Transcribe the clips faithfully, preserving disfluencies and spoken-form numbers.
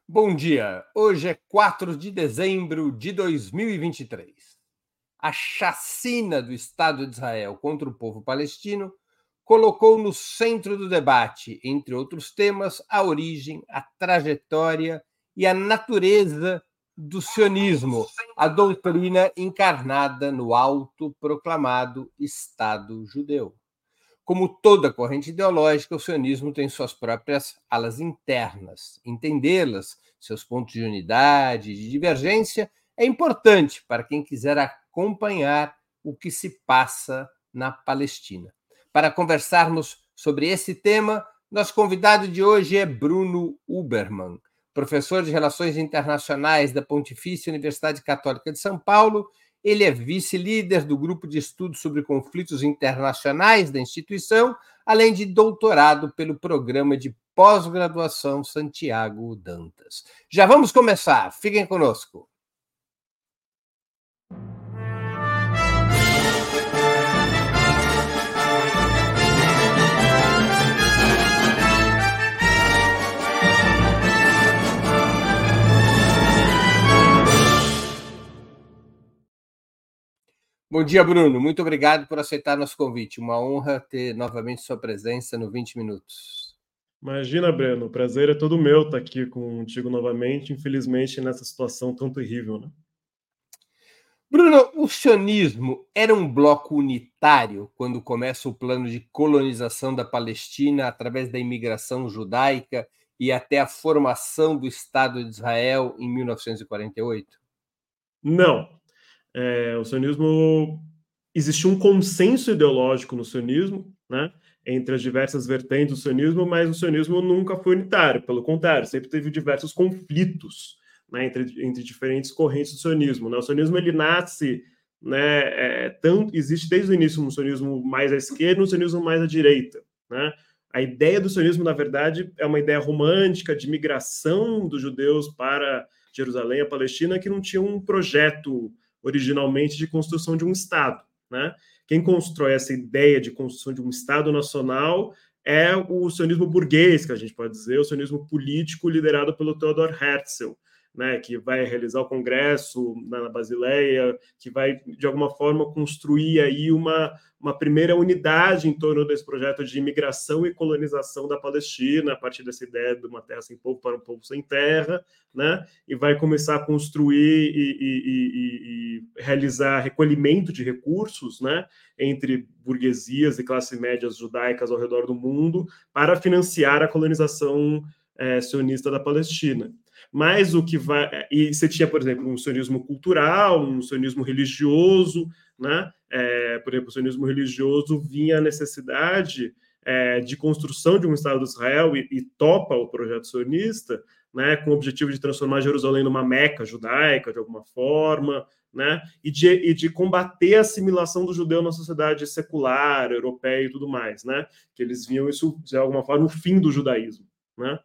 Bom dia, hoje é quatro de dezembro de dois mil e vinte e três. A chacina do Estado de Israel contra o povo palestino colocou no centro do debate, entre outros temas, a origem, a trajetória e a natureza do sionismo, a doutrina encarnada no autoproclamado Estado judeu. Como toda corrente ideológica, o sionismo tem suas próprias alas internas. Entendê-las, seus pontos de unidade e de divergência, é importante para quem quiser acompanhar o que se passa na Palestina. Para conversarmos sobre esse tema, nosso convidado de hoje é Bruno Huberman, professor de Relações Internacionais da Pontifícia Universidade Católica de São Paulo. Ele é vice-líder do Grupo de Estudos sobre Conflitos Internacionais da instituição, além de doutorado pelo Programa de Pós-Graduação Santiago Dantas. Já vamos começar, fiquem conosco. Bom dia, Bruno. Muito obrigado por aceitar nosso convite. Uma honra ter novamente sua presença no vinte Minutos. Imagina, Breno. O prazer é todo meu estar aqui contigo novamente, infelizmente nessa situação tão terrível, né? Bruno, o sionismo era um bloco unitário quando começa o plano de colonização da Palestina através da imigração judaica e até a formação do Estado de Israel em mil novecentos e quarenta e oito? Não. É, o sionismo... Existiu um consenso ideológico no sionismo, né, entre as diversas vertentes do sionismo, mas o sionismo nunca foi unitário, pelo contrário, sempre teve diversos conflitos, né, entre, entre diferentes correntes do sionismo. Né? O sionismo ele nasce, né, é, tanto, existe desde o início um sionismo mais à esquerda e um sionismo mais à direita. Né? A ideia do sionismo, na verdade, é uma ideia romântica de migração dos judeus para Jerusalém, a Palestina, que não tinha um projeto originalmente de construção de um Estado. Né? Quem constrói essa ideia de construção de um Estado nacional é o sionismo burguês, que a gente pode dizer, o sionismo político liderado pelo Theodor Herzl, né, que vai realizar o congresso na Basileia, que vai, de alguma forma, construir aí uma, uma primeira unidade em torno desse projeto de imigração e colonização da Palestina, a partir dessa ideia de uma terra sem povo para um povo sem terra, né, e vai começar a construir e, e, e, e realizar recolhimento de recursos, né, entre burguesias e classes médias judaicas ao redor do mundo para financiar a colonização é, sionista da Palestina. Mas o que vai... E você tinha, por exemplo, um sionismo cultural, um sionismo religioso, né? É, por exemplo, o sionismo religioso vinha a necessidade é, de construção de um Estado de Israel e, e topa o projeto sionista, né, com o objetivo de transformar Jerusalém numa Meca judaica, de alguma forma, né, e, de, e de combater a assimilação do judeu na sociedade secular, europeia e tudo mais, né, que eles viam isso, de alguma forma, o fim do judaísmo, né.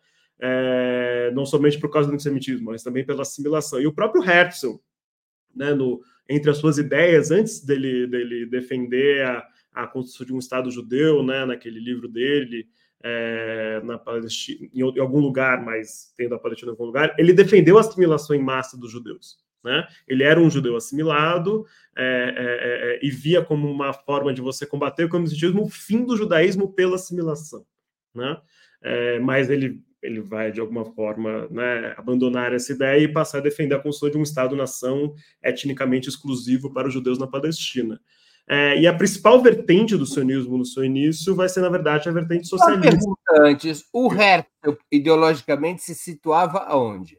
É, não somente por causa do antissemitismo, mas também pela assimilação. E o próprio Herzl, né, no, entre as suas ideias, antes dele, dele defender a, a construção de um Estado judeu, né, naquele livro dele, é, na Palestina, em, em algum lugar, mas tendo a Palestina em algum lugar, ele defendeu a assimilação em massa dos judeus. Né? Ele era um judeu assimilado é, é, é, e via como uma forma de você combater o comunismo o fim do judaísmo pela assimilação. Né? É, mas ele ele vai, de alguma forma, né, abandonar essa ideia e passar a defender a construção de um Estado-nação etnicamente exclusivo para os judeus na Palestina. É, e a principal vertente do sionismo no seu início vai ser, na verdade, a vertente socialista. Uma pergunta antes, o Herzl, ideologicamente, se situava aonde?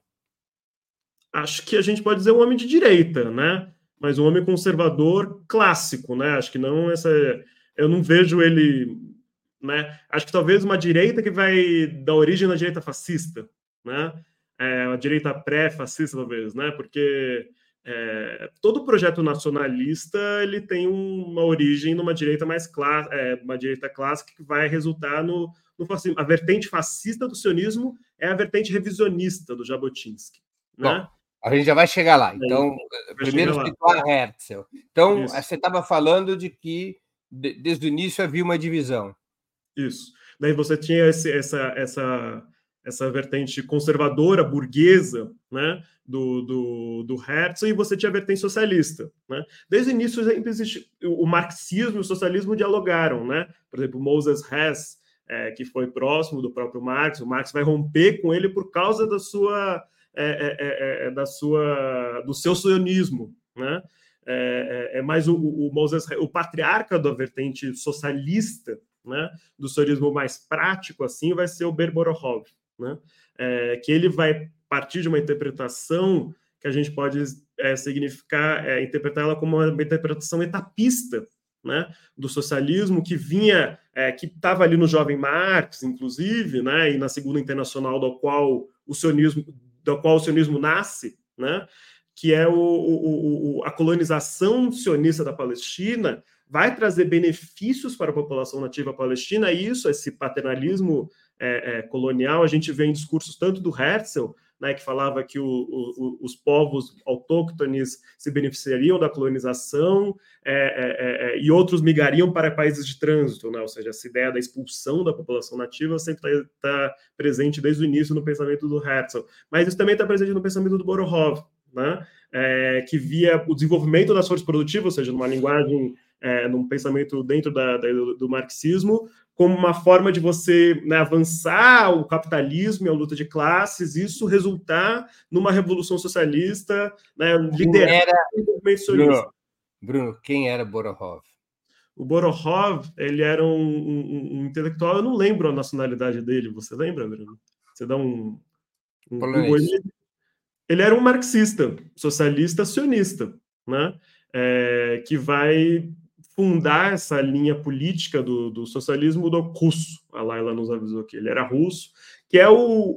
Acho que a gente pode dizer um homem de direita, né? Mas um homem conservador clássico, né? Acho que não essa... Eu não vejo ele... Né? Acho que talvez uma direita que vai dar origem na direita fascista, né? É, uma direita pré-fascista, talvez, né? Porque é, todo projeto nacionalista ele tem uma origem numa direita mais clássica, é, uma direita clássica que vai resultar no, no fascismo. A vertente fascista do sionismo é a vertente revisionista do Jabotinsky, né? Bom, a gente já vai chegar lá. Então, vai primeiro chegar lá. situar Herzl. Então, Isso. você estava falando de que desde o início havia uma divisão. Isso. Daí você tinha esse, essa, essa, essa vertente conservadora, burguesa, né, do, do, do Herzl, e você tinha a vertente socialista. Né? Desde o início sempre existe, o marxismo e o socialismo dialogaram. Né? Por exemplo, Moses Hess, é, que foi próximo do próprio Marx, o Marx vai romper com ele por causa da sua, é, é, é, da sua, do seu sionismo. Né? É, é, é mais o, o Moses, o patriarca da vertente socialista, né, do sionismo mais prático, assim, vai ser o Ber-Borohov, né, é, que ele vai partir de uma interpretação que a gente pode é, significar, é, interpretar ela como uma interpretação etapista, né, do socialismo, que vinha, é, que estava ali no jovem Marx, inclusive, né, e na Segunda Internacional, do qual o sionismo, do qual o sionismo nasce, né, que é o, o, o, a colonização sionista da Palestina, vai trazer benefícios para a população nativa palestina, e isso, esse paternalismo é, é, colonial, a gente vê em discursos tanto do Herzl, né, que falava que o, o, os povos autóctones se beneficiariam da colonização, é, é, é, e outros migrariam para países de trânsito, né? Ou seja, essa ideia da expulsão da população nativa sempre está tá presente desde o início no pensamento do Herzl, mas isso também está presente no pensamento do Borohov, né? É, que via o desenvolvimento das forças produtivas, ou seja, numa linguagem, é, num pensamento dentro da, da, do marxismo, como uma forma de você, né, avançar o capitalismo e a luta de classes, isso resultar numa revolução socialista, né, liderada pelo movimento sionista. Bruno, Bruno, quem era Borohov? O Borohov, ele era um, um, um intelectual, eu não lembro a nacionalidade dele, você lembra, Bruno? Você dá um, um Google, ele, ele era um marxista, socialista, sionista, né? É, que vai fundar essa linha política do, do socialismo do russo. A Laila nos avisou que ele era russo, que é o, o,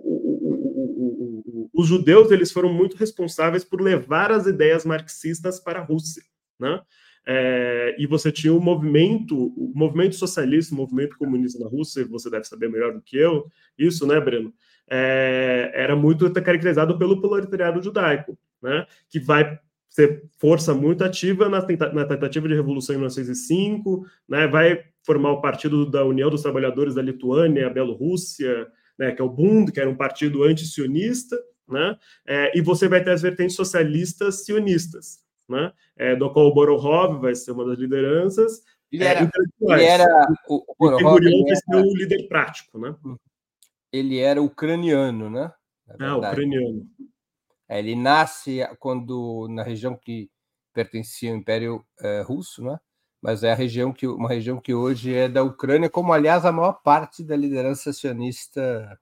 o, o, os judeus, eles foram muito responsáveis por levar as ideias marxistas para a Rússia, né? É, e você tinha o movimento, o movimento socialista, o movimento comunista na Rússia, você deve saber melhor do que eu, isso, né, Breno? É, era muito caracterizado pelo proletariado judaico, né? Que vai ser força muito ativa na, tenta na tentativa de revolução em mil novecentos e cinco, né? Vai formar o Partido da União dos Trabalhadores da Lituânia, a Bielorrússia, né? Que é o Bund, que era um partido anti-sionista, né? É, e você vai ter as vertentes socialistas sionistas, né? É, do qual o Borohov vai ser uma das lideranças. Ele era, é, ele era o, o Borohov vai ser era... o líder prático, né? Ele era ucraniano, né? Ah, ucraniano. É, ele nasce quando na região que pertencia ao Império é, Russo, né? Mas é a região que uma região que hoje é da Ucrânia, como aliás a maior parte da liderança sionista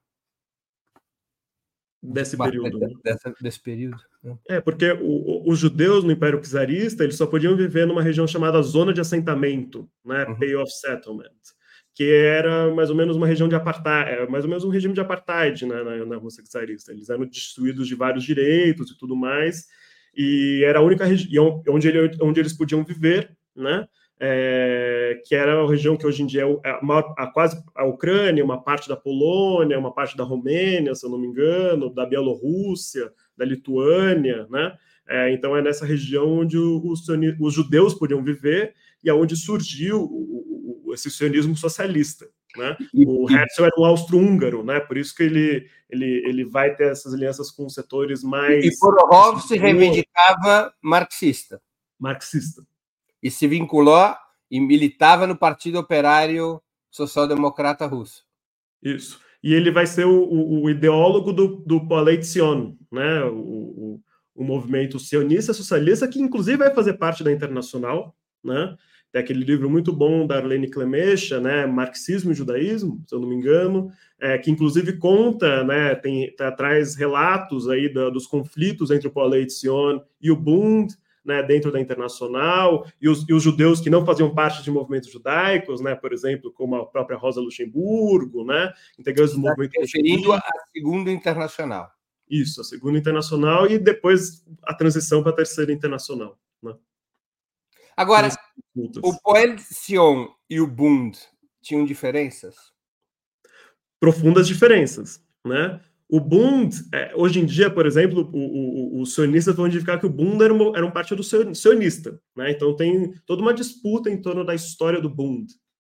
desse período, né? Dessa, desse período. Né? É, porque o, os judeus no Império Czarista, eles só podiam viver numa região chamada Zona de Assentamento, né? Uhum. Pay of Settlement, que era mais ou menos uma região de apartheid, mais ou menos um regime de apartheid, né, na, na Rússia czarista. Eles eram destituídos de vários direitos e tudo mais, e era a única região onde, ele, onde eles podiam viver, né? É, que era a região que hoje em dia é a, maior, a quase a Ucrânia, uma parte da Polônia, uma parte da Romênia, se eu não me engano, da Bielorrússia, da Lituânia, né? É, então é nessa região onde os, os judeus podiam viver e aonde surgiu o, o, esse sionismo socialista, né? O Herzl era um austro-húngaro, né? Por isso que ele, ele, ele vai ter essas alianças com setores mais... E Borohov se reivindicava marxista. Marxista. E se vinculou e militava no Partido Operário Social-Democrata Russo. Isso. E ele vai ser o, o, o ideólogo do, do Poalei Zion, né? O, o, o movimento sionista socialista, que inclusive vai fazer parte da Internacional, né? Tem aquele livro muito bom da Arlene Clemesha, né? Marxismo e Judaísmo, se eu não me engano, é, que inclusive conta, né? Tem, tá, traz relatos aí da, dos conflitos entre o Poalei Zion e o Bund, né, dentro da Internacional, e os, e os judeus que não faziam parte de movimentos judaicos, né, por exemplo, como a própria Rosa Luxemburgo, né, integrantes do movimento... Referindo à Segunda Internacional. Isso, a Segunda Internacional e depois a transição para a Terceira Internacional. Né? Agora, o Poalei Zion e o Bund tinham diferenças? Profundas diferenças, né? O Bund, hoje em dia, por exemplo, os sionistas vão indicar que o Bund era, uma, era um partido sionista, né? Então tem toda uma disputa em torno da história do Bund,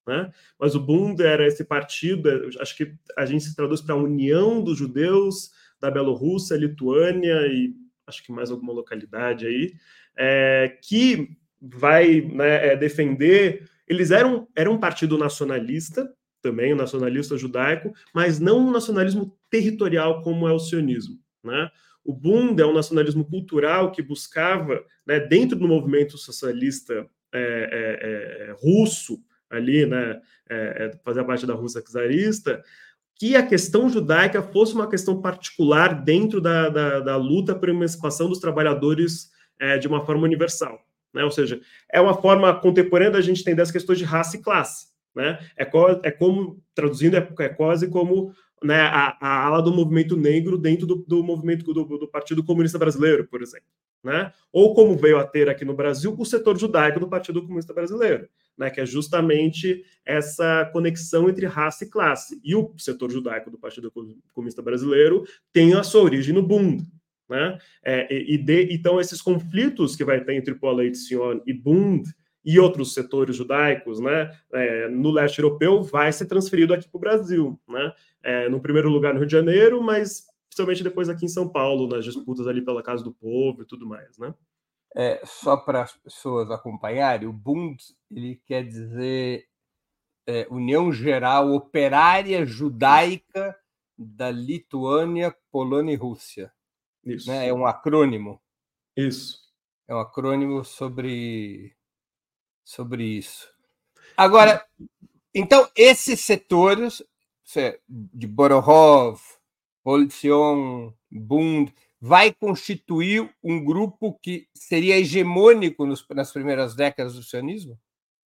né? Mas o Bund era esse partido, acho que a gente se traduz para a União dos Judeus da Bielorrússia, Lituânia e acho que mais alguma localidade aí, é, que vai, né, é, defender... Eles eram, eram um partido nacionalista, também um nacionalista judaico, mas não um nacionalismo territorial como é o sionismo, né? O Bund é um nacionalismo cultural que buscava, né, dentro do movimento socialista é, é, é, russo, ali, né, é, fazer parte da Rússia czarista, que a questão judaica fosse uma questão particular dentro da, da, da luta por emancipação dos trabalhadores é, de uma forma universal, né? Ou seja, é uma forma contemporânea da gente entender as questões de raça e classe, né? É, co é como, traduzindo, é, é quase como, né, a, a ala do movimento negro dentro do, do movimento do, do Partido Comunista Brasileiro, por exemplo, né? Ou como veio a ter aqui no Brasil o setor judaico do Partido Comunista Brasileiro, né, que é justamente essa conexão entre raça e classe. E o setor judaico do Partido Comunista Brasileiro tem a sua origem no Bund, né? É, e de, então, esses conflitos que vai ter entre Poale Zion e Bund e outros setores judaicos, né, é, no leste europeu, vai ser transferido aqui para o Brasil, né? É, no primeiro lugar no Rio de Janeiro, mas principalmente depois aqui em São Paulo, nas disputas ali pela Casa do Povo e tudo mais, né? É, só para as pessoas acompanharem, o Bund ele quer dizer é, União Geral Operária Judaica da Lituânia, Polônia e Rússia. Isso. Né? É um acrônimo. Isso. É um acrônimo sobre, sobre isso. Agora, então, esses setores de Borohov, Poale Zion, Bund, vai constituir um grupo que seria hegemônico nos, nas primeiras décadas do sionismo?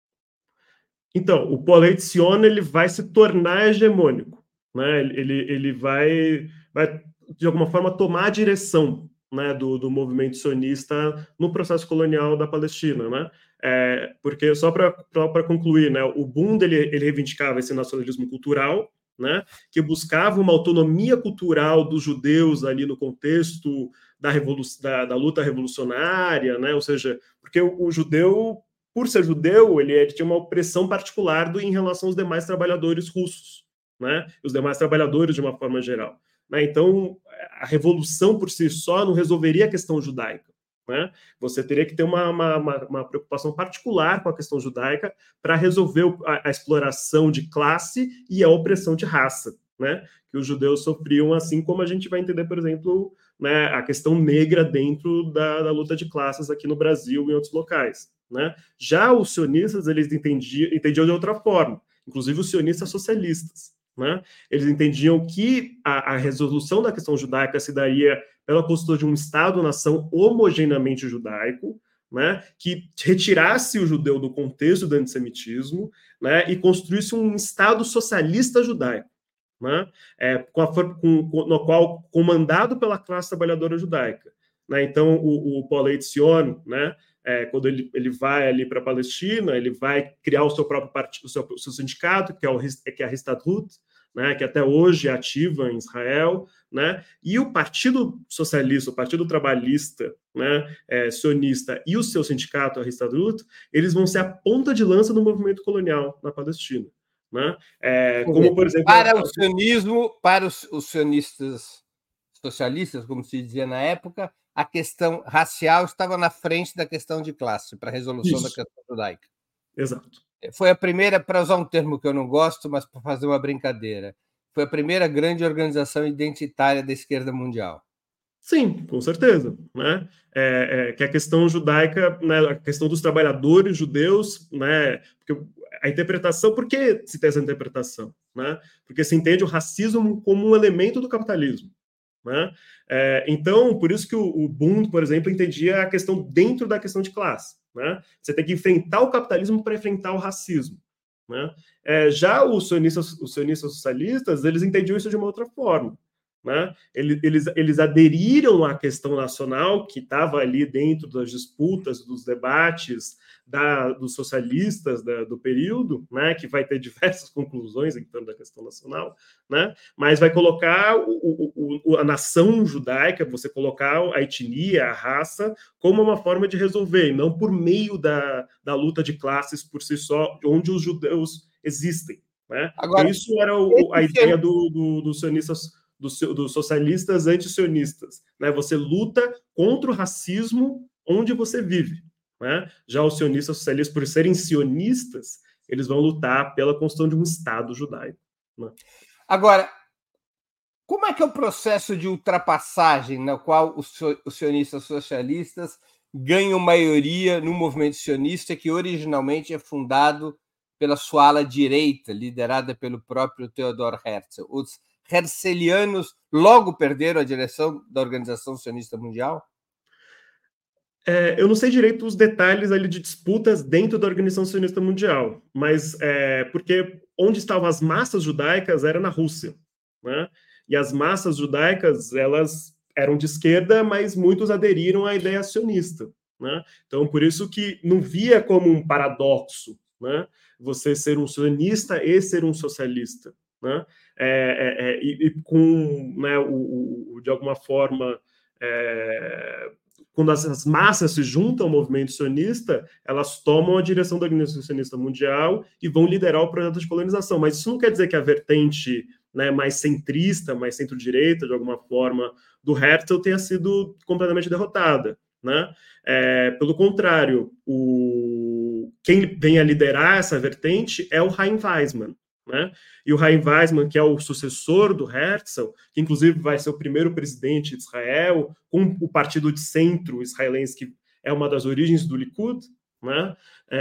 Então, o Poale Zion ele vai se tornar hegemônico, né? Ele, ele vai, vai, de alguma forma, tomar a direção, né, do, do movimento sionista no processo colonial da Palestina, né? É, porque, só para concluir, né, o Bund ele, ele reivindicava esse nacionalismo cultural, né, que buscava uma autonomia cultural dos judeus ali no contexto da, da, da luta revolucionária, né, ou seja, porque o, o judeu, por ser judeu, ele, ele tinha uma opressão particular do, em relação aos demais trabalhadores russos, né, os demais trabalhadores de uma forma geral. Né, então, a revolução por si só não resolveria a questão judaica. Né? Você teria que ter uma, uma, uma preocupação particular com a questão judaica para resolver a, a exploração de classe e a opressão de raça, né? Que os judeus sofriam, assim como a gente vai entender, por exemplo, né, a questão negra dentro da, da luta de classes aqui no Brasil e em outros locais. Né? Já os sionistas, eles entendiam, entendiam de outra forma, inclusive os sionistas socialistas. Né? Eles entendiam que a, a resolução da questão judaica se daria pela postura de um Estado-nação homogeneamente judaico, né, que retirasse o judeu do contexto do antissemitismo, né, e construísse um Estado socialista judaico, né, é, com a, com, com, no qual comandado pela classe trabalhadora judaica. Né? Então, o, o Poale Zion, né, é, quando ele, ele vai ali para a Palestina, ele vai criar o seu próprio partido, o seu, o seu sindicato, que é, o, que é a Histadrut, né, que até hoje é ativa em Israel, né, e o Partido Socialista, o Partido Trabalhista, né, é, sionista e o seu sindicato, a Histadrut, eles vão ser a ponta de lança do movimento colonial na Palestina. Né? É, como, por exemplo... Para o sionismo, para os, os sionistas socialistas, como se dizia na época, a questão racial estava na frente da questão de classe, para a resolução Isso. da questão judaica. Exato. Foi a primeira, para usar um termo que eu não gosto, mas para fazer uma brincadeira, foi a primeira grande organização identitária da esquerda mundial. Sim, com certeza. Né? É, é, que a questão judaica, né, a questão dos trabalhadores judeus, né, porque a interpretação, por que se tem essa interpretação? Né? Porque se entende o racismo como um elemento do capitalismo. Né? É, então, por isso que o, o Bund, por exemplo, entendia a questão dentro da questão de classe. Né? Você tem que enfrentar o capitalismo para enfrentar o racismo. Né? É, já os sionistas, os sionistas socialistas, eles entendiam isso de uma outra forma. Né? Eles, eles, eles aderiram à questão nacional que estava ali dentro das disputas, dos debates da, dos socialistas da, do período, né? Que vai ter diversas conclusões em torno da questão nacional, né? Mas vai colocar o, o, o, a nação judaica, você colocar a etnia, a raça, como uma forma de resolver, e não por meio da, da luta de classes por si só, onde os judeus existem. Né? Agora, então, isso era o, a ideia do, do, dos sionistas, dos, dos socialistas anti-sionistas. Né? Você luta contra o racismo onde você vive. Né? Já os sionistas socialistas, por serem sionistas, eles vão lutar pela construção de um Estado judaico. Né? Agora, como é que é o processo de ultrapassagem no qual os sionistas socialistas ganham maioria no movimento sionista, que originalmente é fundado pela sua ala direita, liderada pelo próprio Theodor Herzl? Os herzlianos logo perderam a direção da Organização Sionista Mundial? É, eu não sei direito os detalhes ali de disputas dentro da Organização Sionista Mundial, mas é, porque onde estavam as massas judaicas era na Rússia, né? E as massas judaicas, elas eram de esquerda, mas muitos aderiram à ideia sionista, né? Então, por isso que não via como um paradoxo, né? Você ser um sionista e ser um socialista, né? É, é, é, e, e com, né, o, o, de alguma forma, é, quando as massas se juntam ao movimento sionista, elas tomam a direção da Organização Sionista Mundial e vão liderar o projeto de colonização. Mas isso não quer dizer que a vertente, né, mais centrista, mais centro-direita, de alguma forma, do Herzl tenha sido completamente derrotada. Né? É, pelo contrário, o... quem vem a liderar essa vertente é o Chaim Weizmann. Né? E o Chaim Weizmann, que é o sucessor do Herzl, que inclusive vai ser o primeiro presidente de Israel, com o partido de centro israelense, que é uma das origens do Likud, né?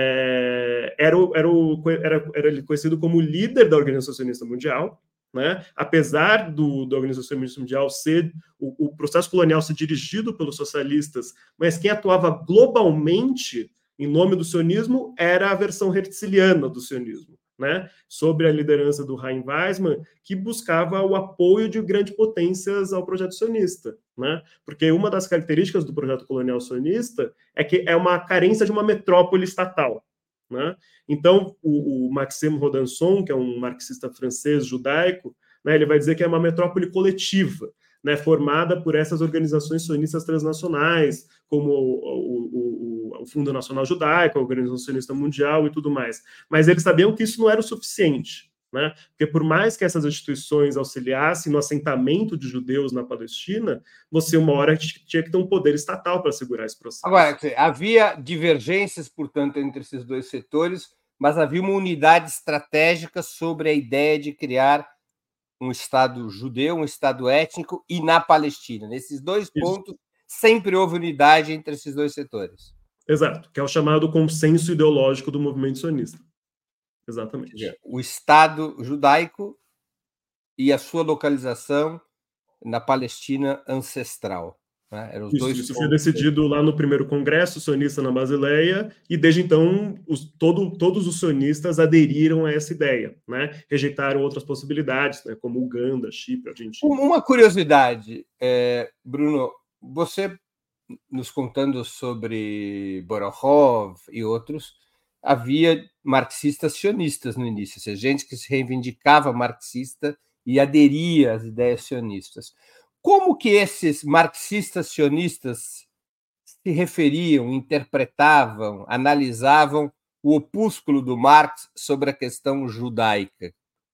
é, era, o, era, o, era, era conhecido como líder da Organização Sionista Mundial, né? Apesar do, da Organização Sionista Mundial ser o, o processo colonial ser dirigido pelos socialistas, mas quem atuava globalmente em nome do sionismo era a versão herzliana do sionismo. Né, sobre a liderança do Chaim Weizmann, que buscava o apoio de grandes potências ao projeto sionista. Né, porque uma das características do projeto colonial sionista é que é uma carência de uma metrópole estatal. Né? Então, o, o Maxime Rodinson, que é um marxista francês judaico, né, ele vai dizer que é uma metrópole coletiva, né, formada por essas organizações sionistas transnacionais, como o, o, o, o Fundo Nacional Judaico, a Organização Sionista Mundial e tudo mais. Mas eles sabiam que isso não era o suficiente, né? Porque por mais que essas instituições auxiliassem no assentamento de judeus na Palestina, você uma hora tinha que ter um poder estatal para segurar esse processo. Agora, havia divergências, portanto, entre esses dois setores, mas havia uma unidade estratégica sobre a ideia de criar um Estado judeu, um Estado étnico, e na Palestina. Nesses dois pontos, Isso. sempre houve unidade entre esses dois setores. Exato, que é o chamado consenso ideológico do movimento sionista. Exatamente. Dizer, o Estado judaico e a sua localização na Palestina ancestral. Né? Eram os isso, dois isso foi decidido lá no primeiro congresso sionista na Basileia, e desde então os, todo, todos os sionistas aderiram a essa ideia, né? Rejeitaram outras possibilidades, né? Como Uganda, Chipre, Argentina. Uma curiosidade, é, Bruno, você nos contando sobre Borokhov e outros, havia marxistas sionistas no início, ou seja, gente que se reivindicava marxista e aderia às ideias sionistas. Como que esses marxistas sionistas se referiam, interpretavam, analisavam o opúsculo do Marx sobre a questão judaica?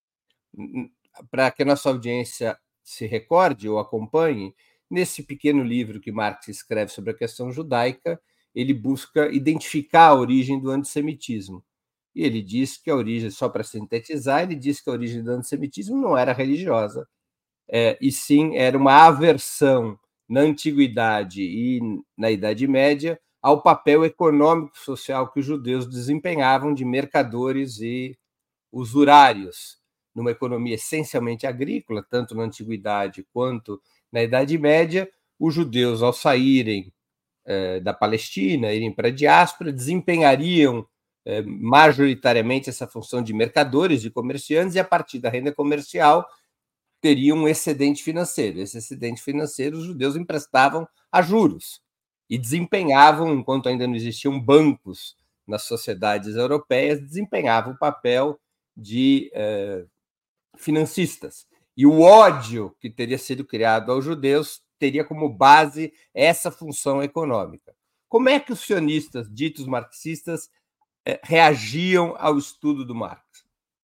Para que a nossa audiência se recorde ou acompanhe, nesse pequeno livro que Marx escreve sobre a questão judaica, ele busca identificar a origem do antissemitismo. E ele diz que a origem, só para sintetizar, ele diz que a origem do antissemitismo não era religiosa, é, e sim era uma aversão na Antiguidade e na Idade Média ao papel econômico e social que os judeus desempenhavam de mercadores e usurários numa economia essencialmente agrícola, tanto na Antiguidade quanto na Idade Média. Os judeus, ao saírem eh, da Palestina, irem para a diáspora, desempenhariam eh, majoritariamente essa função de mercadores, de comerciantes, e a partir da renda comercial teriam um excedente financeiro. Esse excedente financeiro os judeus emprestavam a juros e desempenhavam, enquanto ainda não existiam bancos nas sociedades europeias, desempenhavam o papel de eh, financistas. E o ódio que teria sido criado aos judeus teria como base essa função econômica. Como é que os sionistas, ditos marxistas, eh, reagiam ao estudo do Marx?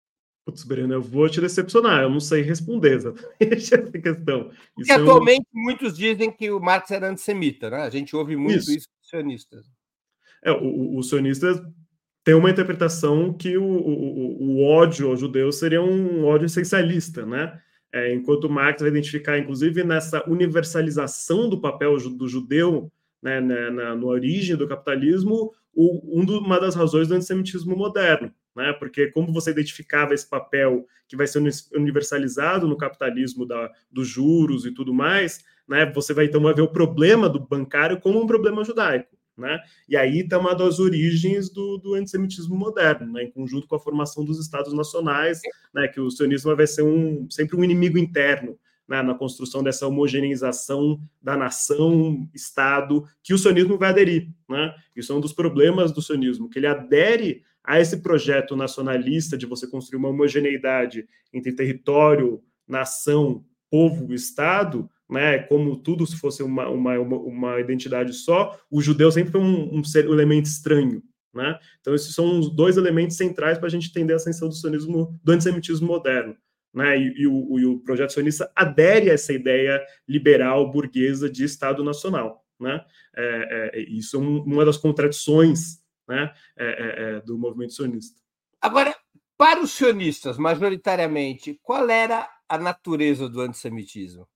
Putz, Breno, eu vou te decepcionar, eu não sei responder exatamente essa questão. Porque Isso atualmente é um... muitos dizem que o Marx era antissemita, né? A gente ouve muito Isso. isso dos sionistas. É, o, os sionistas têm uma interpretação que o, o, o ódio aos judeus seria um ódio essencialista, né? É, enquanto Marx vai identificar, inclusive, nessa universalização do papel do judeu, né, na, na, na origem do capitalismo, o, um do, uma das razões do antissemitismo moderno, né? Porque como você identificava esse papel que vai ser universalizado no capitalismo da, dos juros e tudo mais, né? Você vai então vai ver o problema do bancário como um problema judaico. Né? E aí está uma das origens do, do antissemitismo moderno, né? Em conjunto com a formação dos estados nacionais, né? Que o sionismo vai ser um, sempre um inimigo interno, né? Na construção dessa homogeneização da nação-estado que o sionismo vai aderir. Né? Isso é um dos problemas do sionismo, que ele adere a esse projeto nacionalista de você construir uma homogeneidade entre território, nação, povo e Estado, né, como tudo se fosse uma, uma, uma identidade só, o judeu sempre foi um, um, ser, um elemento estranho. Né? Então, esses são os dois elementos centrais para a gente entender a ascensão do sionismo, do antissemitismo moderno. Né? E, e, o, e o projeto sionista adere a essa ideia liberal, burguesa de Estado nacional. Né? É, é, isso é um, uma das contradições, né, é, é, do movimento sionista. Agora, para os sionistas, majoritariamente, qual era a natureza do antissemitismo?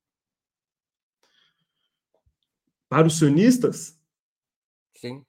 Para os sionistas, Sim.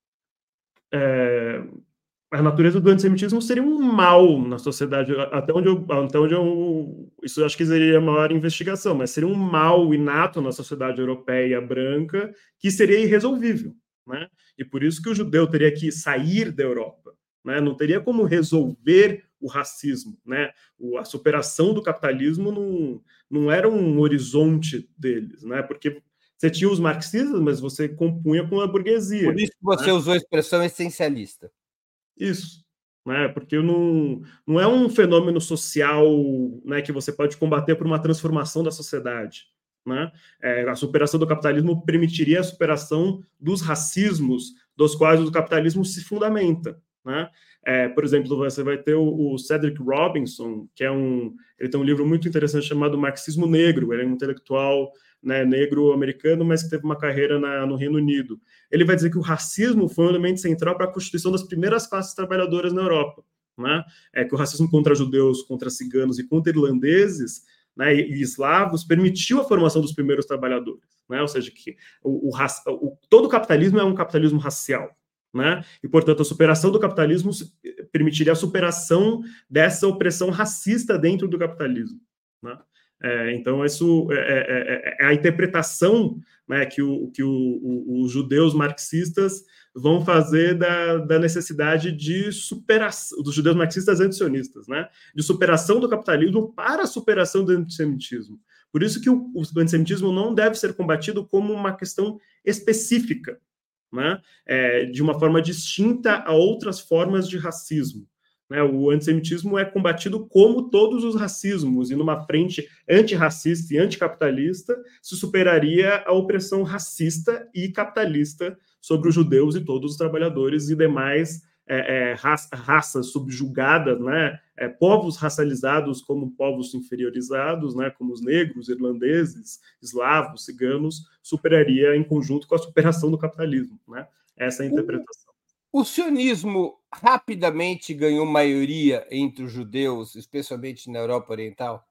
É, a natureza do antissemitismo seria um mal na sociedade, até onde eu, até onde eu isso eu acho que seria a maior investigação, mas seria um mal inato na sociedade europeia branca que seria irresolvível, né? E por isso que o judeu teria que sair da Europa, né? Não teria como resolver o racismo, né? O, a superação do capitalismo não, não era um horizonte deles, né? Porque você tinha os marxistas, mas você compunha com a burguesia. Por isso que você né? usou a expressão essencialista. Isso, né? Porque não, não é um fenômeno social, né, que você pode combater por uma transformação da sociedade. Né? É, a superação do capitalismo permitiria a superação dos racismos dos quais o capitalismo se fundamenta. Né? É, por exemplo, você vai ter o, o Cedric Robinson, que é um, ele tem um livro muito interessante chamado Marxismo Negro. Ele é um intelectual, né, negro americano, mas que teve uma carreira na, no Reino Unido. Ele vai dizer que o racismo foi um elemento central para a constituição das primeiras classes trabalhadoras na Europa. Né? É que o racismo contra judeus, contra ciganos e contra irlandeses, né, e, e eslavos permitiu a formação dos primeiros trabalhadores. Né? Ou seja, que o, o, o, todo o capitalismo é um capitalismo racial. Né? E, portanto, a superação do capitalismo permitiria a superação dessa opressão racista dentro do capitalismo. Né? É, então, isso é, é, é, a interpretação, né, que, o, que o, o, os judeus marxistas vão fazer da, da necessidade de superação, dos judeus marxistas antisionistas, né, de superação do capitalismo para a superação do antissemitismo. Por isso que o, o antissemitismo não deve ser combatido como uma questão específica, né, é, de uma forma distinta a outras formas de racismo. Né, o antissemitismo é combatido como todos os racismos, e numa frente antirracista e anticapitalista se superaria a opressão racista e capitalista sobre os judeus e todos os trabalhadores e demais é, é, raça, raças subjugadas, né, é, povos racializados como povos inferiorizados, né, como os negros, irlandeses, eslavos, ciganos, superaria em conjunto com a superação do capitalismo. Né? Essa é a interpretação. O sionismo rapidamente ganhou maioria entre os judeus, especialmente na Europa Oriental?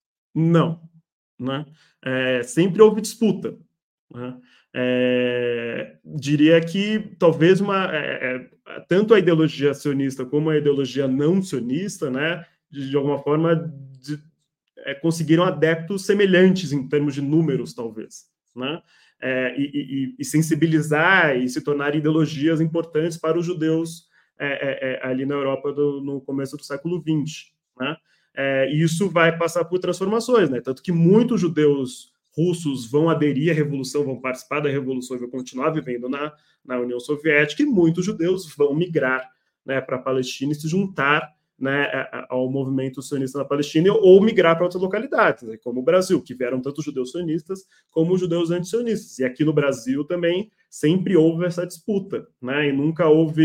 Não. Né? É, sempre houve disputa. Né? É, diria que talvez uma, é, é, tanto a ideologia sionista como a ideologia não sionista, né, de, de alguma forma, de, é, conseguiram adeptos semelhantes em termos de números, talvez. Né? É, e, e, e sensibilizar e se tornar ideologias importantes para os judeus é, é, é, ali na Europa do, no começo do século vinte. Né? É, e isso vai passar por transformações, né? Tanto que muitos judeus russos vão aderir à revolução, vão participar da revolução e vão continuar vivendo na, na União Soviética, e muitos judeus vão migrar, né, para a Palestina e se juntar, né, ao movimento sionista na Palestina, ou migrar para outras localidades, né, como o Brasil, que vieram tanto judeus sionistas como judeus antisionistas. E aqui no Brasil também sempre houve essa disputa, né, e nunca houve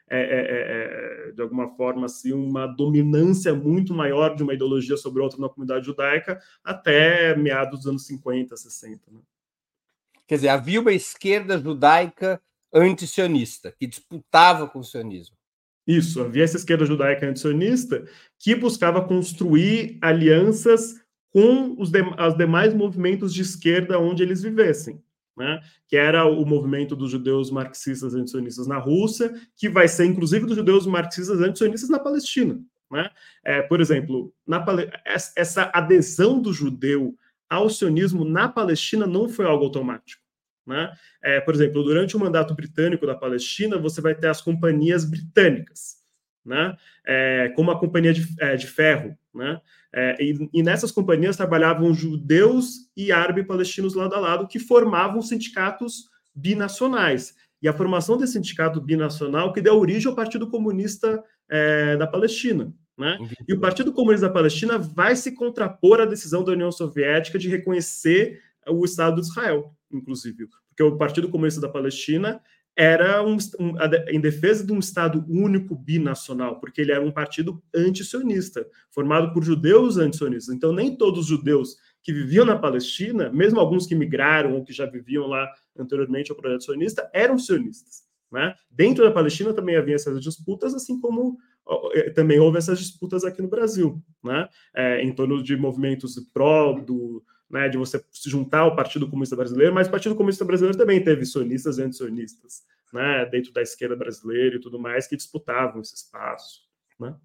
é, é, é, de alguma forma, assim, uma dominância muito maior de uma ideologia sobre outra na comunidade judaica até meados dos anos cinquenta, sessenta. Né? Quer dizer, havia uma esquerda judaica antisionista, que disputava com o sionismo. Isso, havia essa esquerda judaica antisionista que buscava construir alianças com os, de, os demais movimentos de esquerda onde eles vivessem, né? Que era o movimento dos judeus marxistas antisionistas na Rússia, que vai ser, inclusive, dos judeus marxistas antisionistas na Palestina. Né? É, por exemplo, na, essa adesão do judeu ao sionismo na Palestina não foi algo automático. Né? É, por exemplo, durante o mandato britânico da Palestina, você vai ter as companhias britânicas, né? É, como a Companhia de, é, de Ferro. Né? É, e, e nessas companhias trabalhavam judeus e árabes palestinos lado a lado, que formavam sindicatos binacionais. E a formação desse sindicato binacional que deu origem ao Partido Comunista é, da Palestina. Né? E o Partido Comunista da Palestina vai se contrapor à decisão da União Soviética de reconhecer o Estado de Israel, inclusive, porque o Partido Comunista da Palestina era um, um, em defesa de um Estado único binacional, porque ele era um partido antisionista, formado por judeus antisionistas. Então, nem todos os judeus que viviam na Palestina, mesmo alguns que migraram ou que já viviam lá anteriormente ao projeto sionista, eram sionistas. Né? Dentro da Palestina também havia essas disputas, assim como também houve essas disputas aqui no Brasil, né? É, em torno de movimentos pró do, né, de você se juntar ao Partido Comunista Brasileiro, mas o Partido Comunista Brasileiro também teve sionistas e antisionistas, né, dentro da esquerda brasileira e tudo mais, que disputavam esse espaço. Né?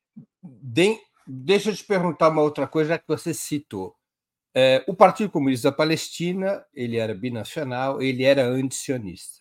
De, deixa eu te perguntar uma outra coisa, já que você citou. É, o Partido Comunista da Palestina, ele era binacional, ele era antisionista.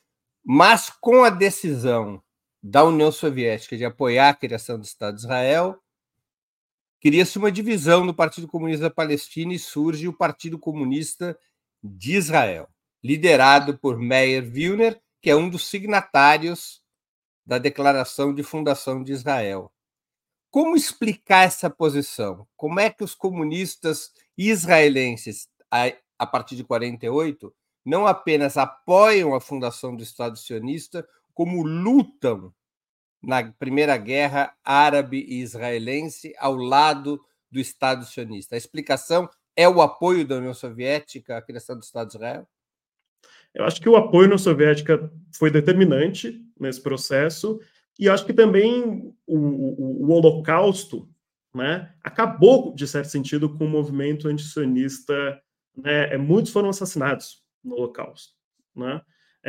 Mas com a decisão da União Soviética de apoiar a criação do Estado de Israel, cria-se uma divisão no Partido Comunista da Palestina e surge o Partido Comunista de Israel, liderado por Meir Wilner, que é um dos signatários da Declaração de Fundação de Israel. Como explicar essa posição? Como é que os comunistas israelenses, a partir de quarenta e oito, não apenas apoiam a fundação do Estado sionista, como lutam na Primeira Guerra Árabe e Israelense ao lado do Estado sionista? A explicação é o apoio da União Soviética à criação do Estado de Israel? Eu acho que o apoio da União Soviética foi determinante nesse processo, e eu acho que também o, o, o Holocausto, né, acabou, de certo sentido, com o movimento antisionista. Né, muitos foram assassinados no Holocausto. Né?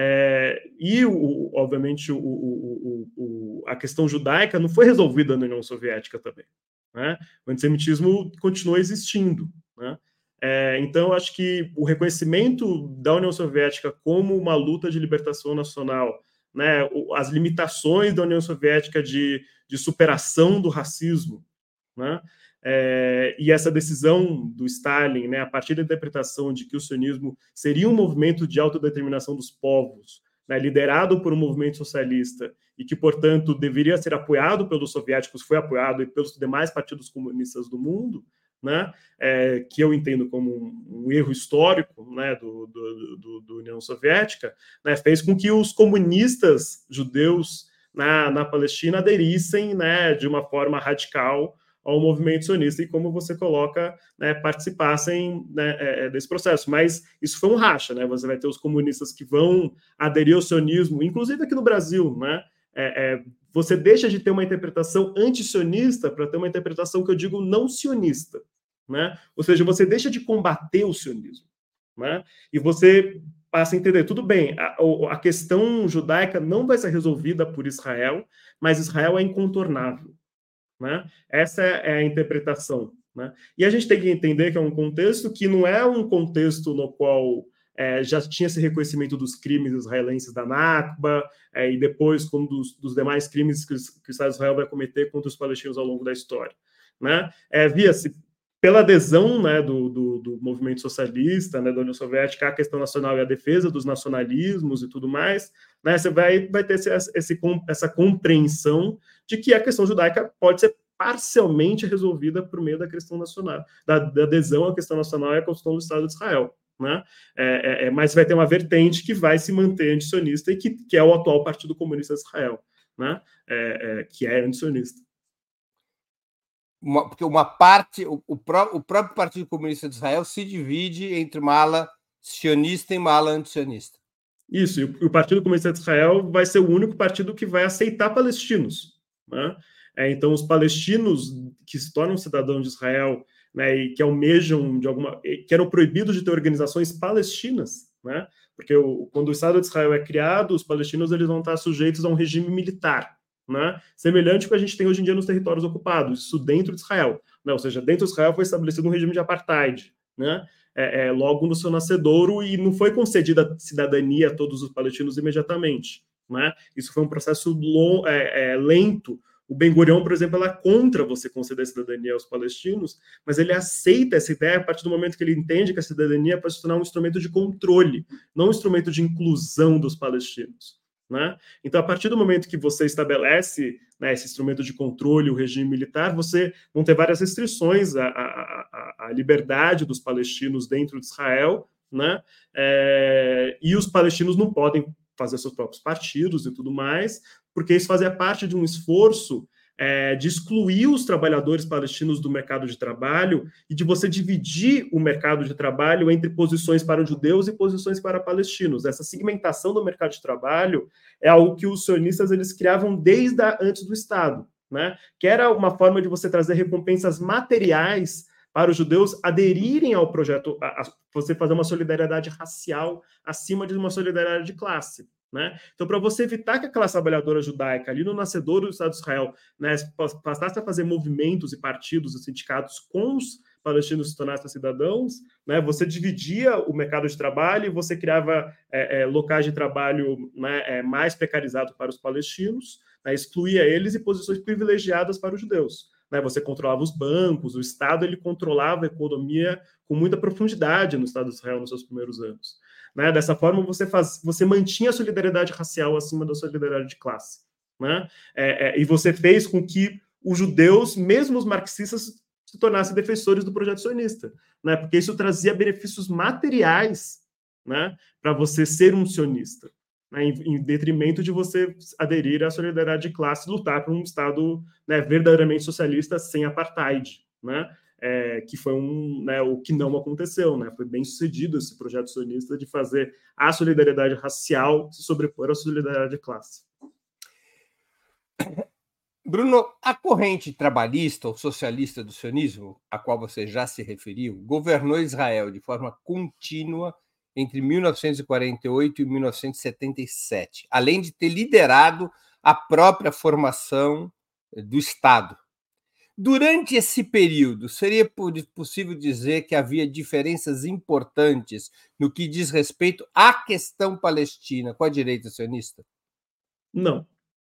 É, e, o, obviamente, o, o, o, a questão judaica não foi resolvida na União Soviética também. Né? O antissemitismo continua existindo. Né? É, então, acho que o reconhecimento da União Soviética como uma luta de libertação nacional, né, as limitações da União Soviética de, de superação do racismo, né, é, e essa decisão do Stalin, né, a partir da interpretação de que o sionismo seria um movimento de autodeterminação dos povos, né, liderado por um movimento socialista e que, portanto, deveria ser apoiado pelos soviéticos, foi apoiado e pelos demais partidos comunistas do mundo, né, é, que eu entendo como um, um erro histórico, né, do, do, do, do União Soviética, né, fez com que os comunistas judeus na, na Palestina aderissem, né, de uma forma radical ao movimento sionista e, como você coloca, né, participassem, né, é, desse processo. Mas isso foi um racha, né? Você vai ter os comunistas que vão aderir ao sionismo, inclusive aqui no Brasil, né? É, é, você deixa de ter uma interpretação anti-sionista para ter uma interpretação que eu digo não sionista, né? Ou seja, você deixa de combater o sionismo, né? E você passa a entender, tudo bem, a, a questão judaica não vai ser resolvida por Israel, mas Israel é incontornável. Né? Essa é a interpretação. Né? E a gente tem que entender que é um contexto que não é um contexto no qual é, já tinha esse reconhecimento dos crimes israelenses da Nakba, é, e depois como dos, dos demais crimes que, que o Estado de Israel vai cometer contra os palestinos ao longo da história. Né? É, via-se pela adesão, né, do, do, do movimento socialista, né, da União Soviética, à questão nacional e à defesa dos nacionalismos e tudo mais, né, você vai, vai ter esse, esse, essa compreensão de que a questão judaica pode ser parcialmente resolvida por meio da questão nacional, da, da adesão à questão nacional e à questão do Estado de Israel. Né? É, é, mas vai ter uma vertente que vai se manter antisionista e que, que é o atual Partido Comunista de Israel. né, é, é, que é antisionista. Uma, porque uma parte, o, o, pró, o próprio Partido Comunista de Israel se divide entre uma ala sionista e uma ala antisionista. Isso, e o, o Partido Comunista de Israel vai ser o único partido que vai aceitar palestinos, né? É, então, os palestinos que se tornam cidadãos de Israel, né, e que almejam de alguma, que eram proibidos de ter organizações palestinas, né? Porque o, quando o Estado de Israel é criado, os palestinos eles vão estar sujeitos a um regime militar, né? Semelhante ao que a gente tem hoje em dia nos territórios ocupados, isso dentro de Israel, né? Ou seja, dentro de Israel foi estabelecido um regime de apartheid, né? É, é, logo no seu nascedouro, e não foi concedida cidadania a todos os palestinos imediatamente, né? Isso foi um processo long, é, é, lento. O Ben-Gurion, por exemplo, ela é contra você conceder cidadania aos palestinos, mas ele aceita essa ideia a partir do momento que ele entende que a cidadania pode se tornar um instrumento de controle, não um instrumento de inclusão dos palestinos, né? Então, a partir do momento que você estabelece, né, esse instrumento de controle, o regime militar, você vão ter várias restrições à, à, à liberdade dos palestinos dentro de Israel, né? É, e os palestinos não podem fazer seus próprios partidos e tudo mais, porque isso fazia parte de um esforço é, de excluir os trabalhadores palestinos do mercado de trabalho e de você dividir o mercado de trabalho entre posições para judeus e posições para palestinos. Essa segmentação do mercado de trabalho é algo que os sionistas eles criavam desde a, antes do Estado, né? Que era uma forma de você trazer recompensas materiais para os judeus aderirem ao projeto, a, a você fazer uma solidariedade racial acima de uma solidariedade de classe, né? Então, para você evitar que a classe trabalhadora judaica, ali no nascedouro do Estado de Israel, né, passasse a fazer movimentos e partidos e sindicatos com os palestinos se tornassem cidadãos, né, você dividia o mercado de trabalho e você criava é, é, locais de trabalho, né, é, mais precarizados para os palestinos, né, excluía eles e posições privilegiadas para os judeus. Né, você controlava os bancos, o Estado ele controlava a economia com muita profundidade no Estado de Israel nos seus primeiros anos. Né? Dessa forma, você, faz, você mantinha a solidariedade racial acima da solidariedade de classe. Né? É, é, e você fez com que os judeus, mesmo os marxistas, se tornassem defensores do projeto sionista. Né? Porque isso trazia benefícios materiais, né, para você ser um sionista. Né, em, em detrimento de você aderir à solidariedade de classe e lutar por um Estado, né, verdadeiramente socialista sem apartheid, né, é, que foi um, né, o que não aconteceu. Né, foi bem sucedido esse projeto sionista de fazer a solidariedade racial se sobrepor à solidariedade de classe. Bruno, a corrente trabalhista ou socialista do sionismo, a qual você já se referiu, governou Israel de forma contínua entre mil novecentos e quarenta e oito e mil novecentos e setenta e sete, além de ter liderado a própria formação do Estado. Durante esse período, seria possível dizer que havia diferenças importantes no que diz respeito à questão palestina com a direita sionista? Não.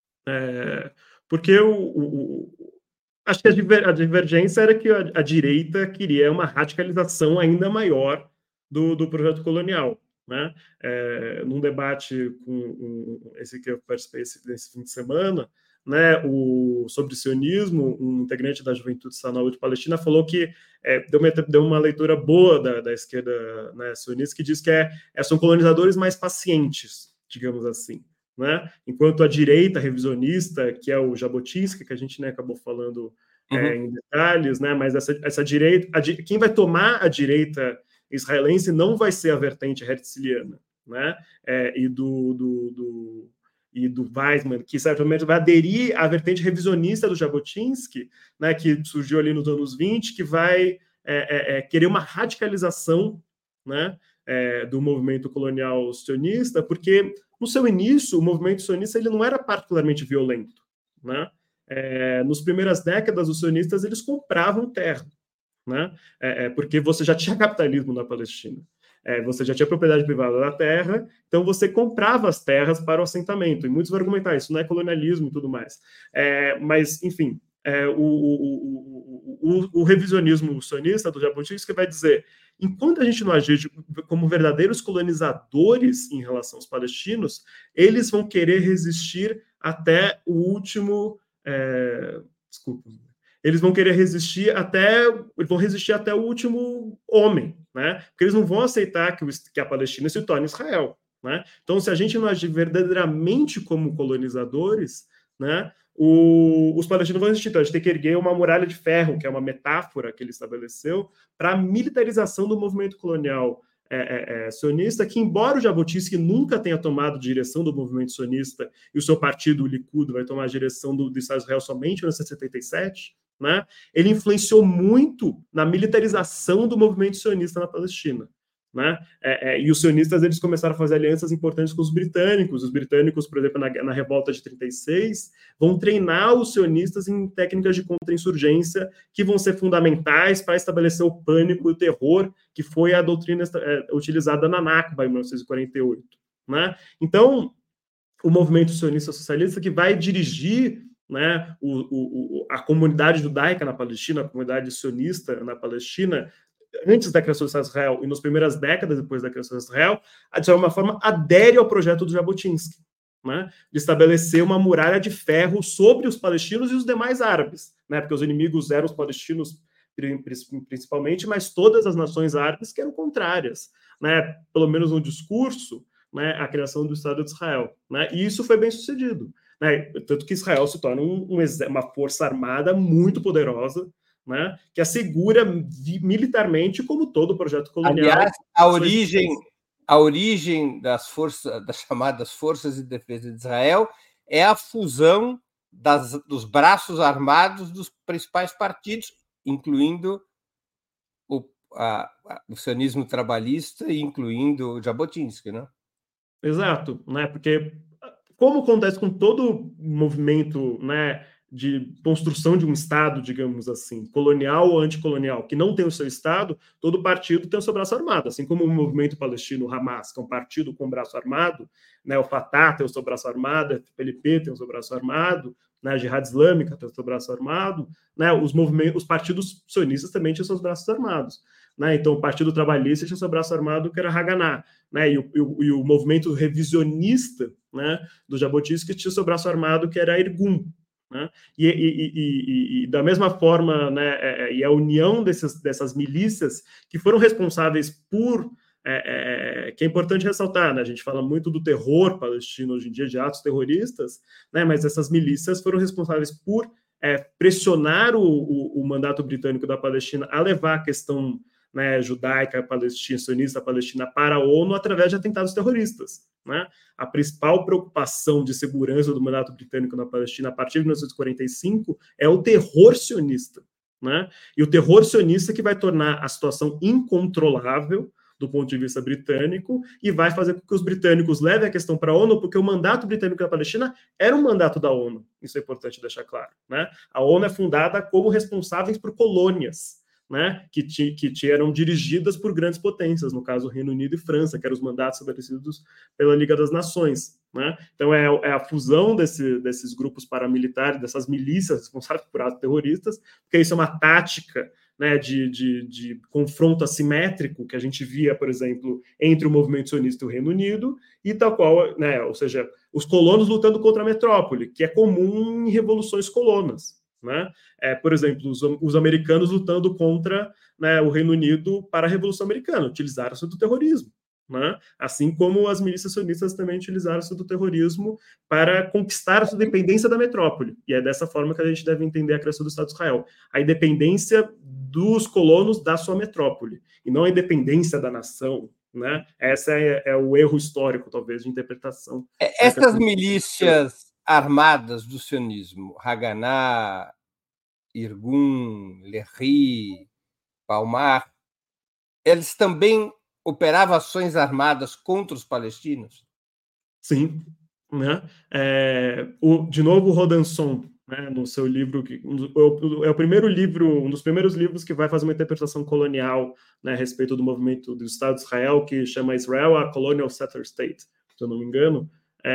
É, porque o, o, acho que a, diver, a divergência era que a, a direita queria uma radicalização ainda maior do, do projeto colonial. Né? É, num debate com um, esse que eu participei esse, nesse fim de semana, né, o, sobre sionismo, um integrante da Juventude Sanal de Palestina falou que é, deu, uma, deu uma leitura boa da, da esquerda, né, sionista, que diz que é, é, são colonizadores mais pacientes, digamos assim. Né? Enquanto a direita revisionista, que é o Jabotinsky, que a gente, né, acabou falando uhum. é, em detalhes, né, mas essa, essa direita, a, quem vai tomar a direita israelense não vai ser a vertente herzliana, né, é, e do, do, do e do Weizmann, que certamente vai aderir à vertente revisionista do Jabotinsky, né, que surgiu ali nos anos vinte, que vai é, é, querer uma radicalização, né, é, do movimento colonial sionista, porque no seu início o movimento sionista ele não era particularmente violento, né? É, nos primeiras décadas os sionistas eles compravam terra, né? É, é, porque você já tinha capitalismo na Palestina. É, você já tinha propriedade privada da terra, então você comprava as terras para o assentamento. E muitos vão argumentar, isso não é colonialismo e tudo mais. É, mas, enfim, é, o, o, o, o, o revisionismo sionista do Jabotinsky vai dizer, enquanto a gente não agir como verdadeiros colonizadores em relação aos palestinos, eles vão querer resistir até o último... É, desculpa... eles vão querer resistir até, vão resistir até o último homem, né? Porque eles não vão aceitar que, o, que a Palestina se torne Israel, né? Então, se a gente não agir verdadeiramente como colonizadores, né, o, os palestinos vão existir. Então, a gente tem que erguer uma muralha de ferro, que é uma metáfora que ele estabeleceu, para a militarização do movimento colonial é, é, é, sionista, que, embora o Jabotinsky nunca tenha tomado direção do movimento sionista, e o seu partido, o Likud, vai tomar a direção do, do Estado de Israel somente em mil novecentos e setenta e sete, né, ele influenciou muito na militarização do movimento sionista na Palestina. Né? É, é, e os sionistas eles começaram a fazer alianças importantes com os britânicos. Os britânicos, por exemplo, na, na revolta de trinta e seis, vão treinar os sionistas em técnicas de contra-insurgência que vão ser fundamentais para estabelecer o pânico e o terror que foi a doutrina é, utilizada na Nakba em mil novecentos e quarenta e oito. Né? Então, o movimento sionista socialista que vai dirigir, né, o, o, a comunidade judaica na Palestina, a comunidade sionista na Palestina, antes da criação do Estado de Israel e nas primeiras décadas depois da criação de Israel, de alguma forma adere ao projeto do Jabotinsky, né, de estabelecer uma muralha de ferro sobre os palestinos e os demais árabes, né, porque os inimigos eram os palestinos principalmente, mas todas as nações árabes que eram contrárias, né, pelo menos no discurso, né, à criação do Estado de Israel. Né, e isso foi bem sucedido. Né, tanto que Israel se torna um, um, uma força armada muito poderosa, né, que assegura militarmente como todo o projeto colonial. Aliás, a origem, a origem das forças, das chamadas Forças de Defesa de Israel é a fusão das, dos braços armados dos principais partidos, incluindo o, a, a, o sionismo trabalhista e incluindo o Jabotinsky, né? Exato, né? Porque como acontece com todo movimento, né, de construção de um Estado, digamos assim, colonial ou anticolonial, que não tem o seu Estado, todo partido tem o seu braço armado, assim como o movimento palestino, o Hamas, que é um partido com braço armado, né, o Fatah tem o seu braço armado, a F P L P tem o seu braço armado, né, a Jihad Islâmica tem o seu braço armado, né, os, movimentos, os partidos sionistas também tinham seus braços armados. Né, então, o Partido Trabalhista tinha seu braço armado, que era Haganah, né, e, o, e, o, e o movimento revisionista, né, do Jabotinsky tinha seu braço armado, que era Irgun. Né, e, e, e, e, da mesma forma, né, é, e a união desses, dessas milícias que foram responsáveis por... É, é, que é importante ressaltar, né? A gente fala muito do terror palestino hoje em dia, de atos terroristas, né? Mas essas milícias foram responsáveis por é, pressionar o, o, o mandato britânico da Palestina a levar a questão, né, judaica, palestina, sionista palestina para a ONU através de atentados terroristas. Né? A principal preocupação de segurança do mandato britânico na Palestina a partir de mil novecentos e quarenta e cinco é o terror sionista. Né? E o terror sionista que vai tornar a situação incontrolável do ponto de vista britânico, e vai fazer com que os britânicos levem a questão para a ONU, porque o mandato britânico da Palestina era um mandato da ONU. Isso é importante deixar claro. Né? A ONU é fundada como responsáveis por colônias, né, que, ti, que eram dirigidas por grandes potências, no caso Reino Unido e França, que eram os mandatos estabelecidos pela Liga das Nações. Né? Então é, é a fusão desse, desses grupos paramilitares, dessas milícias responsáveis por atos terroristas, porque isso é uma tática, né, de, de, de confronto assimétrico que a gente via, por exemplo, entre o movimento sionista e o Reino Unido, e tal qual, né, ou seja, os colonos lutando contra a metrópole, que é comum em revoluções colonas. Né? É, por exemplo, os, os americanos lutando contra, né, o Reino Unido para a Revolução Americana, utilizaram-se do terrorismo. Né? Assim como as milícias sionistas também utilizaram-se do terrorismo para conquistar a sua independência da metrópole. E é dessa forma que a gente deve entender a criação do Estado de Israel. A independência dos colonos da sua metrópole, e não a independência da nação. Né? Esse é, é o erro histórico, talvez, de interpretação. Essas milícias armadas do sionismo, Haganah, Irgun, Lehi, Palmar, eles também operavam ações armadas contra os palestinos? Sim. Né? É, o, de novo, o Rodanson, né, no seu livro, que, é o primeiro livro, um dos primeiros livros que vai fazer uma interpretação colonial, né, a respeito do movimento do Estado de Israel, que chama Israel a Colonial Settler State, se eu não me engano.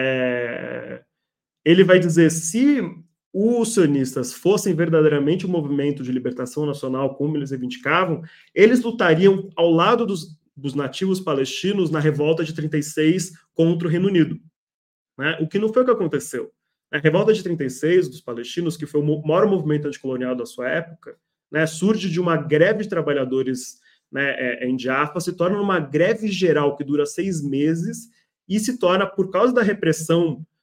É, ele vai dizer, se os sionistas fossem verdadeiramente um movimento de libertação nacional, como eles reivindicavam, eles lutariam ao lado dos, dos nativos palestinos na revolta de trinta e seis contra o Reino Unido. Né? O que não foi o que aconteceu. A revolta de trinta e seis dos palestinos, que foi o maior movimento anticolonial da sua época, né, surge de uma greve de trabalhadores, né, em Jaffa, se torna uma greve geral que dura seis meses e se torna, por causa da repressão,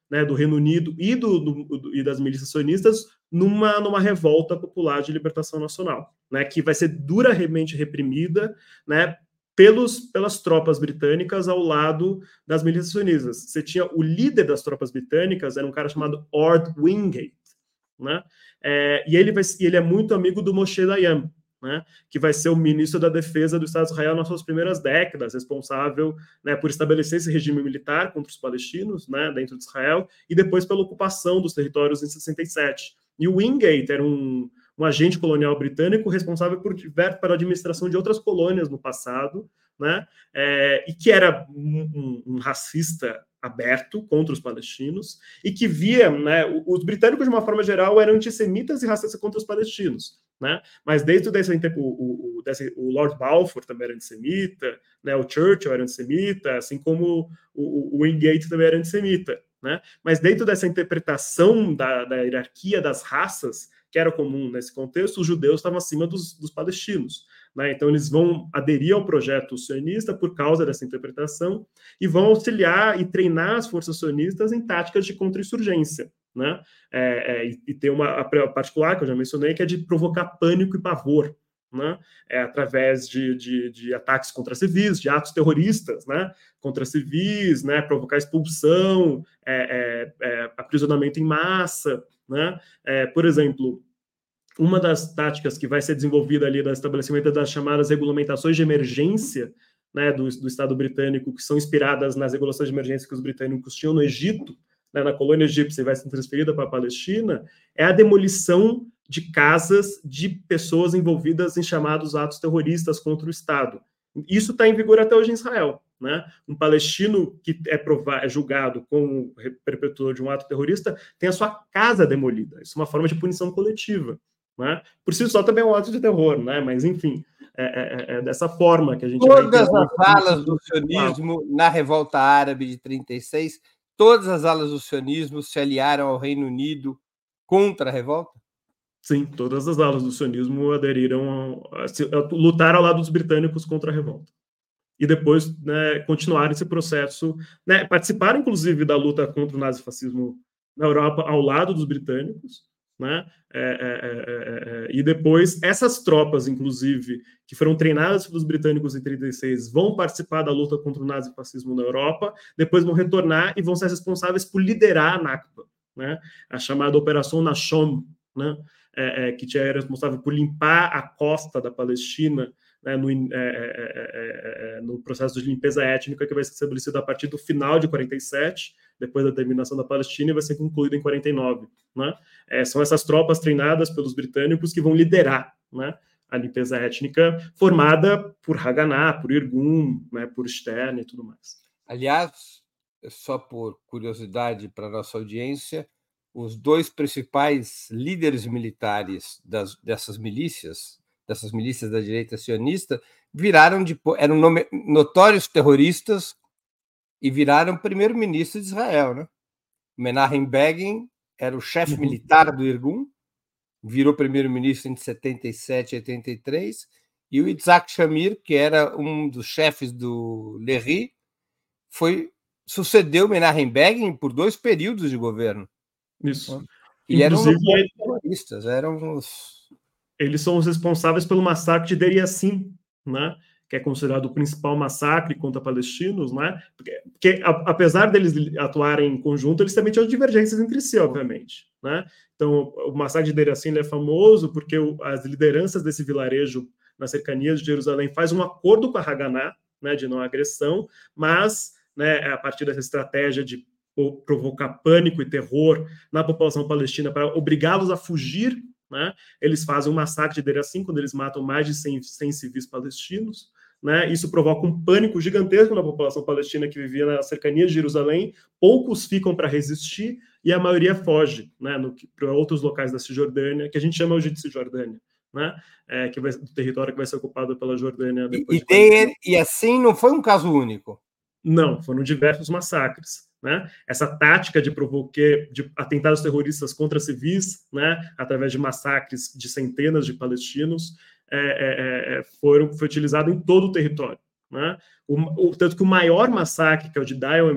né, do Reino Unido e, do, do, do, e das milícias sionistas numa, numa revolta popular de libertação nacional, né, que vai ser duramente reprimida, né, pelos, pelas tropas britânicas ao lado das milícias sionistas. Você tinha o líder das tropas britânicas, era um cara chamado Ord Wingate, né, é, e ele, vai, ele é muito amigo do Moshe Dayan, né, que vai ser o ministro da Defesa do Estado de Israel nas suas primeiras décadas, responsável, né, por estabelecer esse regime militar contra os palestinos, né, dentro de Israel, e depois pela ocupação dos territórios em sessenta e sete. E o Wingate era um, um agente colonial britânico responsável por pela administração de outras colônias no passado, né, é, e que era um, um, um racista aberto contra os palestinos, e que via, né, os britânicos, de uma forma geral, eram antissemitas e racistas contra os palestinos, né, mas desde desse, o, o, desse, o Lord Balfour também era antissemita, né, o Churchill era antissemita, assim como o, o Wingate também era antissemita, né, mas dentro dessa interpretação da, da hierarquia das raças, que era comum nesse contexto, os judeus estavam acima dos, dos palestinos, né? Então eles vão aderir ao projeto sionista por causa dessa interpretação e vão auxiliar e treinar as forças sionistas em táticas de contra-insurgência, né? É, é, e, e tem uma a particular que eu já mencionei, que é de provocar pânico e pavor, né? É, através de, de, de ataques contra civis, de atos terroristas, né? Contra civis, né? Provocar expulsão, é, é, é, aprisionamento em massa, né? É, por exemplo, uma das táticas que vai ser desenvolvida ali do estabelecimento das chamadas regulamentações de emergência, né, do, do Estado britânico, que são inspiradas nas regulações de emergência que os britânicos tinham no Egito, né, na colônia egípcia, e vai ser transferida para a Palestina, é a demolição de casas de pessoas envolvidas em chamados atos terroristas contra o Estado. Isso está em vigor até hoje em Israel, né? Um palestino que é, provar, é julgado como perpetuador de um ato terrorista tem a sua casa demolida. Isso é uma forma de punição coletiva, né? Por si só também é um ato de terror, né? Mas, enfim, é, é, é dessa forma que a gente todas vai... Todas as alas do sionismo na Revolta Árabe de trinta e seis, todas as alas do sionismo se aliaram ao Reino Unido contra a revolta? Sim, todas as alas do sionismo aderiram, a, a, a lutar ao lado dos britânicos contra a revolta. E depois, né, continuar esse processo, né, participaram, inclusive, da luta contra o nazifascismo na Europa ao lado dos britânicos, né, é, é, é, é, e depois essas tropas, inclusive, que foram treinadas pelos britânicos em trinta e seis, vão participar da luta contra o nazifascismo na Europa, depois vão retornar e vão ser responsáveis por liderar a Nakba, né, a chamada Operação Nashon, né, é, é, que era responsável por limpar a costa da Palestina, né, no, é, é, é, no processo de limpeza étnica que vai ser estabelecido a partir do final de quarenta e sete, depois da terminação da Palestina, e vai ser concluído em quarenta e nove. Né? É, são essas tropas treinadas pelos britânicos que vão liderar, né, a limpeza étnica formada por Haganah, por Irgun, né, por Stern e tudo mais. Aliás, só por curiosidade para a nossa audiência, os dois principais líderes militares das, dessas milícias, dessas milícias da direita sionista, viraram de, eram nome, notórios terroristas e viraram primeiro-ministro de Israel, né? Menachem Begin era o chefe uhum. militar do Irgun, virou primeiro-ministro em setenta e sete e oitenta e três, e o Yitzhak Shamir, que era um dos chefes do Lehi, foi sucedeu Menachem Begin por dois períodos de governo. Isso. E Inclusive, eram terroristas, eram os... Eles são os responsáveis pelo massacre de Deir Yassin, né? Que é considerado o principal massacre contra palestinos, né? Porque, porque a, apesar deles atuarem em conjunto, eles também tinham divergências entre si, obviamente, né? Então, o massacre de Deir Yassin é famoso porque o, as lideranças desse vilarejo nas cercanias de Jerusalém faz um acordo com a Haganah, né, de não agressão, mas, né, a partir dessa estratégia de provocar pânico e terror na população palestina para obrigá-los a fugir, né? Eles fazem um massacre de Deir Yassin, quando eles matam mais de cem, cem civis palestinos, né? Isso provoca um pânico gigantesco na população palestina que vivia nas cercanias de Jerusalém. Poucos ficam para resistir e a maioria foge, né, para outros locais da Cisjordânia, que a gente chama hoje de Cisjordânia, né? É, que vai, do território que vai ser ocupado pela Jordânia depois e, de Deir Yassin não foi um caso único? Não, foram diversos massacres. Né? Essa tática de provocar de atentados terroristas contra civis, né, através de massacres de centenas de palestinos, é, é, é, foram, foi utilizado em todo o território. Né? O, o, tanto que o maior massacre, que é o de Daiome,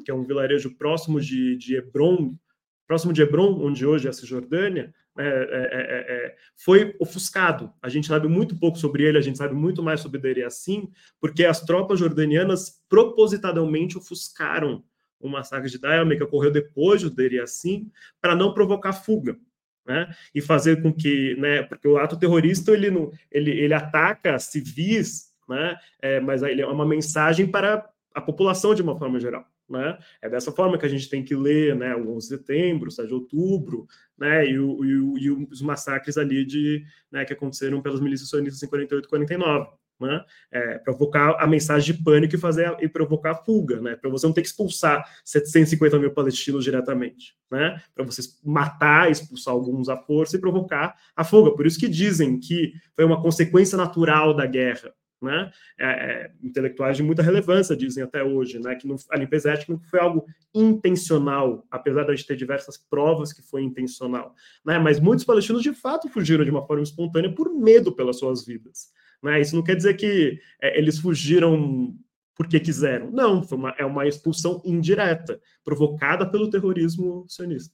que é um vilarejo próximo de, de Hebron, próximo de Hebron, onde hoje é a Cisjordânia, é, é, é, foi ofuscado. A gente sabe muito pouco sobre ele, a gente sabe muito mais sobre Deir Yassin, porque as tropas jordanianas propositadamente ofuscaram o massacre de Dailme, que ocorreu depois do Deir Yassin, para não provocar fuga, né? E fazer com que, né, porque o ato terrorista ele, não, ele, ele ataca civis, né? É, mas ele é uma mensagem para a população de uma forma geral. Né? É dessa forma que a gente tem que ler, né, o onze de setembro, o sete de outubro, né, e, o, e, o, e os massacres ali de, né, que aconteceram pelas milícias sionistas em quarenta e oito e quarenta e nove. Né? É, provocar a mensagem de pânico e, fazer a, e provocar a fuga, né? Para você não ter que expulsar setecentos e cinquenta mil palestinos diretamente, né? Para você matar, expulsar alguns à força e provocar a fuga. Por isso que dizem que foi uma consequência natural da guerra. Né? É, é, intelectuais de muita relevância dizem até hoje, né, que não, a limpeza étnica não foi algo intencional, apesar de a gente ter diversas provas que foi intencional, né? Mas muitos palestinos de fato fugiram de uma forma espontânea por medo pelas suas vidas, né? Isso não quer dizer que é, eles fugiram porque quiseram, não, foi uma, é uma expulsão indireta, provocada pelo terrorismo sionista.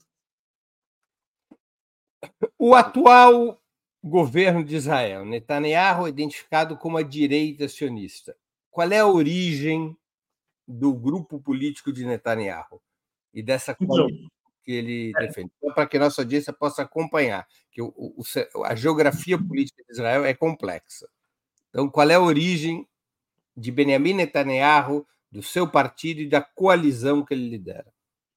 O atual governo de Israel, Netanyahu, é identificado como a direita sionista. Qual é a origem do grupo político de Netanyahu e dessa então, que ele defende? Então, para que a nossa audiência possa acompanhar, que o, o, a geografia política de Israel é complexa. Então, qual é a origem de Benjamin Netanyahu, do seu partido e da coalizão que ele lidera?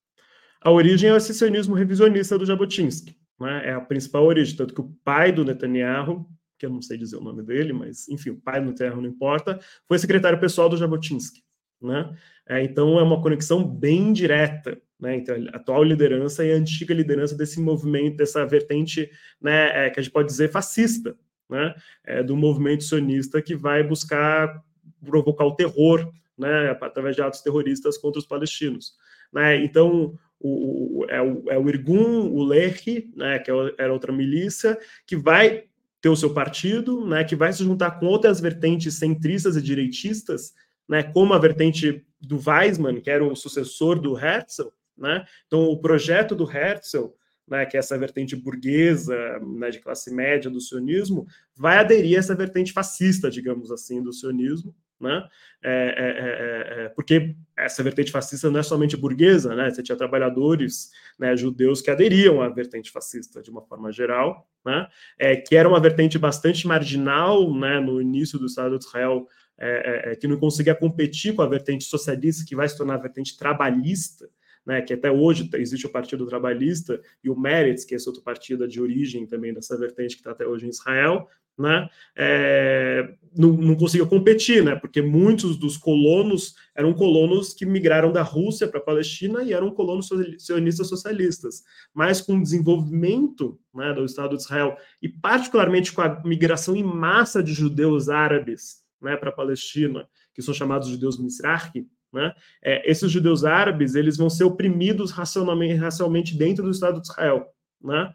A origem é o sionismo revisionista do Jabotinsky. Né? É a principal origem, tanto que o pai do Netanyahu, que eu não sei dizer o nome dele, mas, enfim, o pai do Netanyahu não importa, foi secretário pessoal do Jabotinsky. Né? É, então, é uma conexão bem direta, né, entre a atual liderança e a antiga liderança desse movimento, dessa vertente, né, é, que a gente pode dizer fascista, né, é, do movimento sionista que vai buscar provocar o terror, né, através de atos terroristas contra os palestinos. Né? Então, O, o, é, o, é o Irgun, o Lehi, né, que era outra milícia, que vai ter o seu partido, né, que vai se juntar com outras vertentes centristas e direitistas, né, como a vertente do Weizmann, que era o sucessor do Herzl. Né? Então, o projeto do Herzl, né, que é essa vertente burguesa, né, de classe média do sionismo, vai aderir a essa vertente fascista, digamos assim, do sionismo. Né? É, é, é, porque essa vertente fascista não é somente burguesa, né? Você tinha trabalhadores, né, judeus que aderiam à vertente fascista de uma forma geral, né? É, que era uma vertente bastante marginal, né, no início do Estado de Israel, é, é, que não conseguia competir com a vertente socialista, que vai se tornar a vertente trabalhista, né, que até hoje existe o Partido Trabalhista, e o Meretz, que é esse outro partido de origem também dessa vertente que está até hoje em Israel, né, é, não, não conseguiu competir, né, porque muitos dos colonos eram colonos que migraram da Rússia para a Palestina e eram colonos sionistas socialistas, mas com o desenvolvimento, né, do Estado de Israel, e particularmente com a migração em massa de judeus árabes, né, para a Palestina, que são chamados judeus Mizrahi, né, é, esses judeus árabes eles vão ser oprimidos racialmente, racialmente dentro do Estado de Israel, né,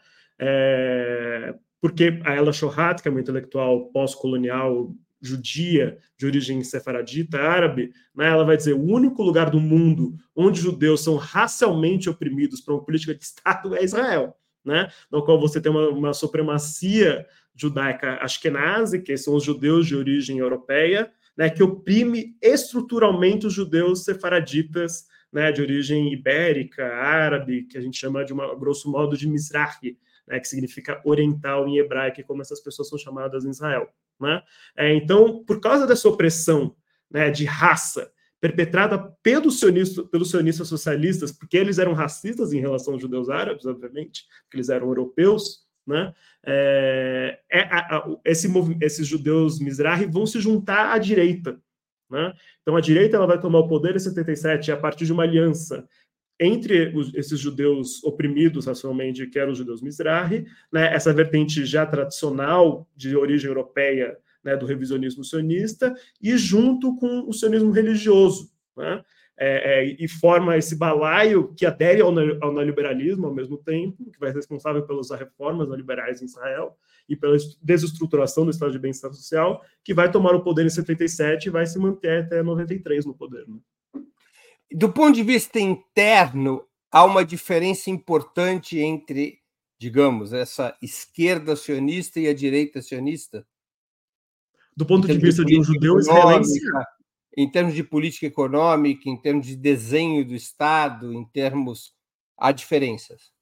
é, porque a Ela Shohat, que é uma intelectual pós-colonial judia, de origem sefaradita, árabe, né, ela vai dizer, o único lugar do mundo onde judeus são racialmente oprimidos por uma política de Estado é Israel, né, no qual você tem uma, uma supremacia judaica ashkenazi, que são os judeus de origem europeia, né, que oprime estruturalmente os judeus sefaraditas, né, de origem ibérica, árabe, que a gente chama de uma, grosso modo, de Mizrahi, né, que significa oriental em hebraico, como essas pessoas são chamadas em Israel. Né? É, então, por causa dessa opressão, né, de raça perpetrada pelos sionistas, pelos sionistas socialistas, porque eles eram racistas em relação aos judeus árabes, obviamente, porque eles eram europeus, né? É, é, a, a, esse, esses judeus Mizrahi vão se juntar à direita. Né? Então, a direita ela vai tomar o poder em setenta e sete a partir de uma aliança entre os, esses judeus oprimidos racialmente, que eram os judeus Mizrahi, né, essa vertente já tradicional de origem europeia, né, do revisionismo sionista, e junto com o sionismo religioso, né, é, é, e forma esse balaio que adere ao, ao neoliberalismo ao mesmo tempo, que vai ser responsável pelas reformas neoliberais em Israel e pela desestruturação do estado de bem-estar social, que vai tomar o poder em setenta e sete e vai se manter até noventa e três no poder. Né? Do ponto de vista interno, há uma diferença importante entre, digamos, essa esquerda sionista e a direita sionista? Do ponto de vista de, de um judeu israelense? Em termos de política econômica, em termos de desenho do Estado, em termos... há diferenças.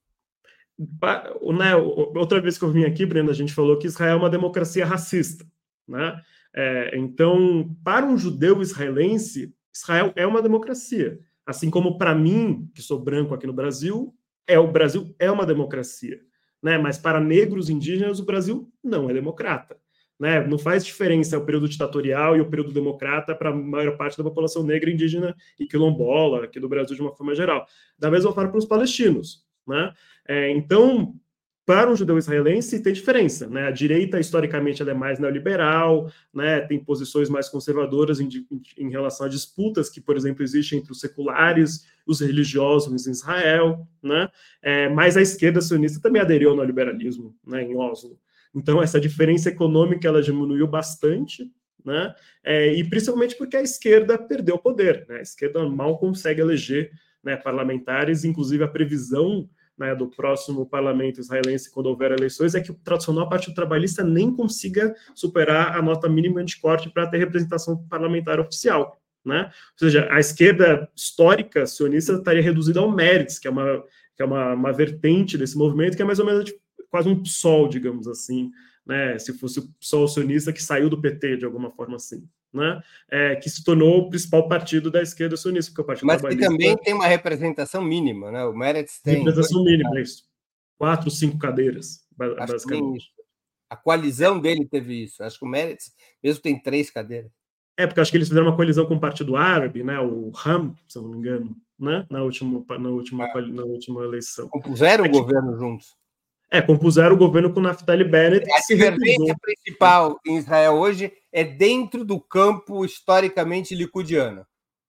Né, outra vez que eu vim aqui, Brenda, a gente falou que Israel é uma democracia racista. Né? É, então, para um judeu israelense, Israel é uma democracia. Assim como para mim, que sou branco aqui no Brasil, é o Brasil é uma democracia. Né? Mas para negros indígenas, o Brasil não é democrata. Né? Não faz diferença o período ditatorial e o período democrata para a maior parte da população negra, indígena e quilombola aqui do Brasil de uma forma geral. Da mesma forma para os palestinos. Né? É, então, para um judeu israelense tem diferença. Né? A direita, historicamente, ela é mais neoliberal, né? Tem posições mais conservadoras em, em relação a disputas que, por exemplo, existem entre os seculares e os religiosos em Israel. Né? É, mas a esquerda sionista também aderiu ao neoliberalismo, né, em Oslo. Então, essa diferença econômica ela diminuiu bastante, né? É, e principalmente porque a esquerda perdeu o poder. Né? A esquerda mal consegue eleger, né, parlamentares, inclusive a previsão, né, do próximo parlamento israelense, quando houver eleições, é que o tradicional Partido Trabalhista nem consiga superar a nota mínima de corte para ter representação parlamentar oficial. Né? Ou seja, a esquerda histórica sionista estaria reduzida ao Meretz, que é uma, que é uma, uma vertente desse movimento, que é mais ou menos tipo, quase um PSOL, digamos assim, né? Se fosse o PSOL sionista que saiu do P T, de alguma forma assim. Né? É, que se tornou o principal partido da esquerda sionista, porque o Partido Mas Trabalhista... que também tem uma representação mínima, né? O Meretz tem... Representação mínima, é isso. Quatro, cinco cadeiras, Acho basicamente. A coalizão é. dele teve isso. Acho que o Meretz mesmo tem três cadeiras. É, porque acho que eles fizeram uma coalizão com o Partido Árabe, né? O Ham, se eu não me engano, né? Na última, na última, ah. na última eleição. Compuseram é o governo juntos. É, compuseram o governo com Naftali Bennett, que a se recusou. A divergência principal em Israel hoje é dentro do campo historicamente licudiano.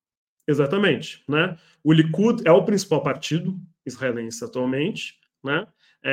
Exatamente, né? O Likud é o principal partido israelense atualmente, né?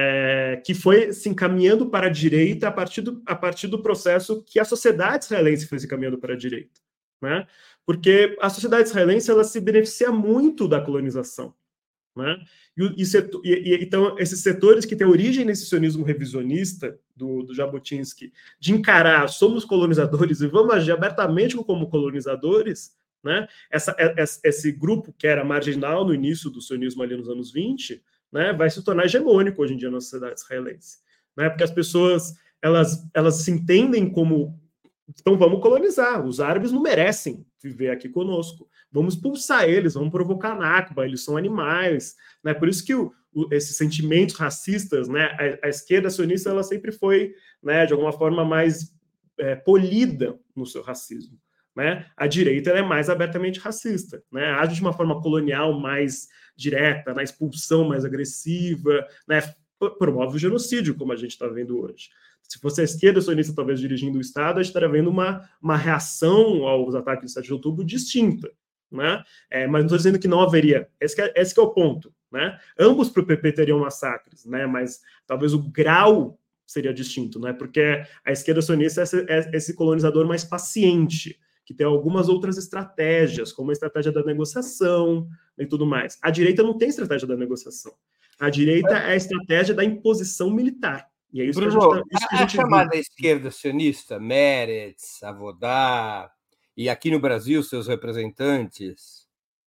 É, que foi se encaminhando para a direita a partir, do, a partir do processo que a sociedade israelense foi se encaminhando para a direita, né? Porque a sociedade israelense ela se beneficia muito da colonização, né? E, e, setor, e, e então esses setores que têm origem nesse sionismo revisionista do, do Jabotinsky, de encarar somos colonizadores e vamos agir abertamente como colonizadores, né? Essa, essa, esse grupo que era marginal no início do sionismo ali nos anos vinte, né, vai se tornar hegemônico hoje em dia na sociedade israelense, né? Porque as pessoas elas, elas se entendem como então vamos colonizar, os árabes não merecem viver aqui conosco, vamos expulsar eles, vamos provocar Nakba, eles são animais, né? Por isso que o, o, esses sentimentos racistas, né, a, a esquerda sionista ela sempre foi, né, de alguma forma mais é, polida no seu racismo. Né? A direita ela é mais abertamente racista, né? Age de uma forma colonial mais direta, na expulsão mais agressiva, né? Promove o genocídio, como a gente está vendo hoje. Se fosse a esquerda sionista talvez dirigindo o Estado, a gente estaria vendo uma, uma reação aos ataques de sete de outubro distinta. Né? É, mas não estou dizendo que não haveria. Esse que é, esse que é o ponto. Né? Ambos para o P P teriam massacres, né? Mas talvez o grau seria distinto, né? Porque a esquerda sionista é esse, é esse colonizador mais paciente, que tem algumas outras estratégias, como a estratégia da negociação e tudo mais. A direita não tem estratégia da negociação. A direita é a estratégia da imposição militar. E é isso Bruno, que a gente, tá, isso que a, gente a chamada viu. Esquerda sionista, Meretz, Avodá, e aqui no Brasil, seus representantes,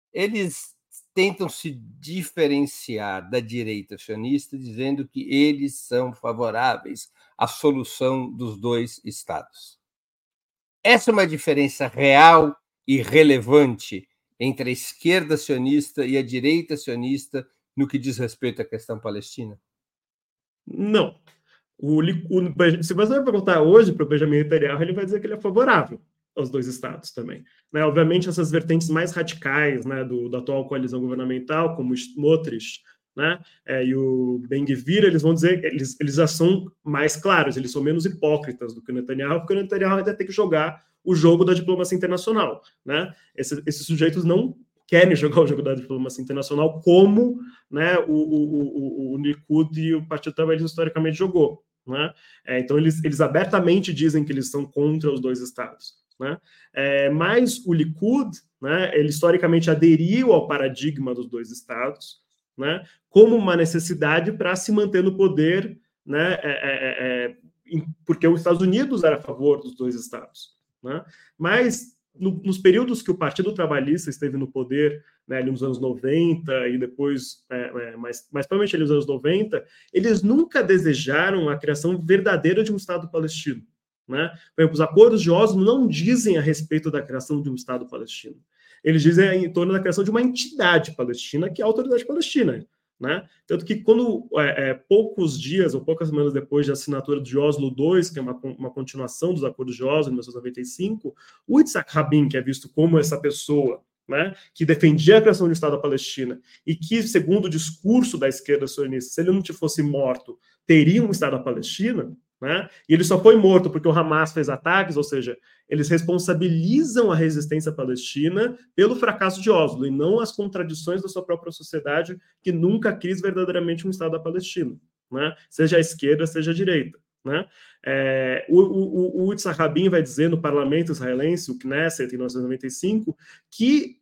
eles tentam se diferenciar da direita sionista, dizendo que eles são favoráveis à solução dos dois estados. Essa é uma diferença real e relevante entre a esquerda sionista e a direita sionista no que diz respeito à questão palestina? Não. O, o, se você vai perguntar hoje para o Benjamin Netanyahu, ele vai dizer que ele é favorável aos dois estados também. Né? Obviamente, essas vertentes mais radicais, né, do, da atual coalizão governamental, como o Smotrich, né, é, e o Ben-Gvir, eles vão dizer, eles, eles já são mais claros, eles são menos hipócritas do que o Netanyahu, porque o Netanyahu ainda tem que jogar o jogo da diplomacia internacional. Né? Esse, esses sujeitos não querem jogar o jogo da diplomacia internacional como, né, o, o, o, o Likud e o Partido Trabalhista historicamente jogou. Né? É, então, eles, eles abertamente dizem que eles são contra os dois estados. né? É, mas o Likud, né, ele historicamente aderiu ao paradigma dos dois estados, né, como uma necessidade para se manter no poder, né, é, é, é, porque os Estados Unidos era a favor dos dois estados, né? Mas no, nos períodos que o Partido Trabalhista esteve no poder, né, ali nos anos noventa e depois, é, é, mas, mas provavelmente ali nos anos noventa, eles nunca desejaram a criação verdadeira de um Estado palestino, né? Por exemplo, os acordos de Oslo não dizem a respeito da criação de um Estado palestino. Eles dizem em torno da criação de uma entidade palestina, que é a Autoridade Palestina, né? Tanto que quando, é, é, poucos dias ou poucas semanas depois da assinatura de Oslo dois, que é uma, uma continuação dos acordos de Oslo, em mil novecentos e noventa e cinco, o Yitzhak Rabin, que é visto como essa pessoa, né, que defendia a criação de um Estado da Palestina e que, segundo o discurso da esquerda sionista, se ele não fosse morto, teria um Estado da Palestina, né? E ele só foi morto porque o Hamas fez ataques, ou seja, eles responsabilizam a resistência palestina pelo fracasso de Oslo e não as contradições da sua própria sociedade, que nunca quis verdadeiramente um Estado da Palestina, né? Seja a esquerda, seja a direita, né? É, o, o, o Yitzhak Rabin vai dizer no parlamento israelense, o Knesset, em mil novecentos e noventa e cinco, que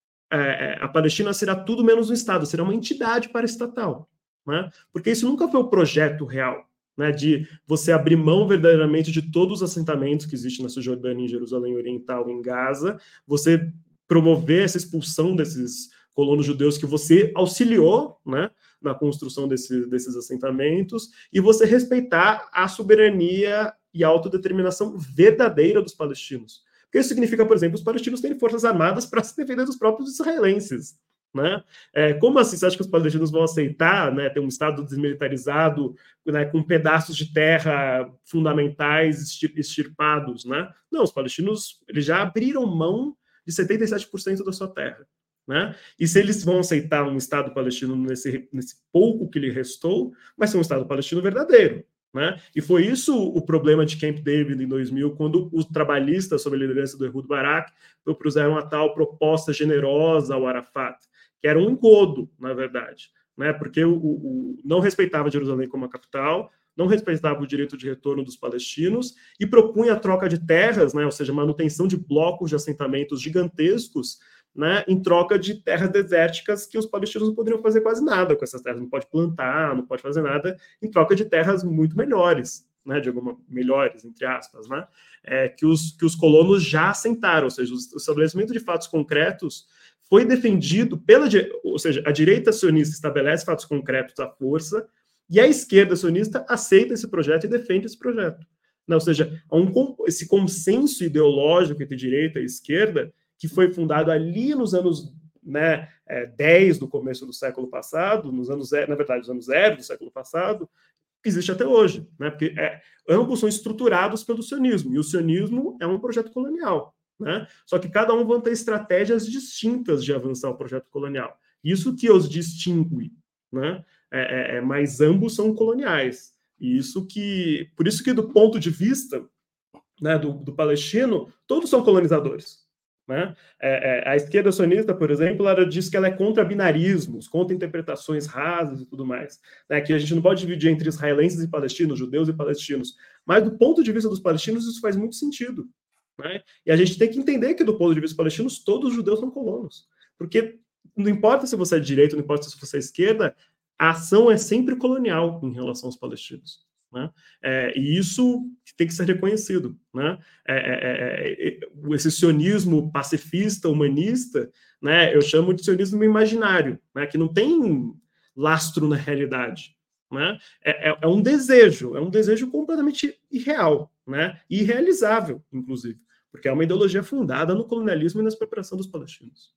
é, a Palestina será tudo menos um Estado, será uma entidade paraestatal, né? Porque isso nunca foi o projeto real, né, de você abrir mão verdadeiramente de todos os assentamentos que existem na Cisjordânia, em Jerusalém Oriental, em Gaza, você promover essa expulsão desses colonos judeus que você auxiliou, né, na construção desse, desses assentamentos, e você respeitar a soberania e a autodeterminação verdadeira dos palestinos. Porque isso significa, por exemplo, os palestinos terem forças armadas para se defender dos próprios israelenses, né? É, como assim você acha que os palestinos vão aceitar, né, ter um Estado desmilitarizado, né, com pedaços de terra fundamentais extirpados, né? Não, os palestinos eles já abriram mão de setenta e sete por cento da sua terra, né? E se eles vão aceitar um Estado palestino nesse, nesse pouco que lhe restou, vai ser um Estado palestino verdadeiro, né? E foi isso o problema de Camp David em dois mil, quando os trabalhistas, sob a liderança do Ehud Barak, propuseram a tal proposta generosa ao Arafat, que era um engodo, na verdade, né? Porque o, o, não respeitava Jerusalém como a capital, não respeitava o direito de retorno dos palestinos e propunha a troca de terras, né? Ou seja, manutenção de blocos de assentamentos gigantescos, né? Em troca de terras desérticas que os palestinos não poderiam fazer quase nada com essas terras, não pode plantar, não pode fazer nada, em troca de terras muito melhores, né? De alguma melhores, entre aspas, né? É, que, os, que os colonos já assentaram, ou seja, o estabelecimento de fatos concretos foi defendido pela, ou seja, a direita sionista estabelece fatos concretos à força e a esquerda sionista aceita esse projeto e defende esse projeto. Não, ou seja, há um, esse consenso ideológico entre direita e esquerda que foi fundado ali nos anos, né, é, dez do começo do século passado, nos anos, na verdade, nos anos zero do século passado, que existe até hoje, né? Porque é, ambos são estruturados pelo sionismo, e o sionismo é um projeto colonial, né? Só que cada um vai ter estratégias distintas de avançar o projeto colonial. Isso que os distingue, né? É, é, mas ambos são coloniais. E isso que, por isso que do ponto de vista, né, do, do palestino, todos são colonizadores, né? É, é, a esquerda sionista, por exemplo, ela diz que ela é contra binarismos, contra interpretações rasas e tudo mais, né? Que a gente não pode dividir entre israelenses e palestinos, judeus e palestinos. Mas do ponto de vista dos palestinos, isso faz muito sentido, né? E a gente tem que entender que, do ponto de vista dos palestinos, todos os judeus são colonos. Porque não importa se você é de direita, não importa se você é esquerda, a ação é sempre colonial em relação aos palestinos, né? É, e isso tem que ser reconhecido, né? É, é, é, esse sionismo pacifista, humanista, né? Eu chamo de sionismo imaginário, né? Que não tem lastro na realidade, né? É, é, é um desejo, é um desejo completamente irreal, né? E irrealizável, inclusive, porque é uma ideologia fundada no colonialismo e na expropriação dos palestinos.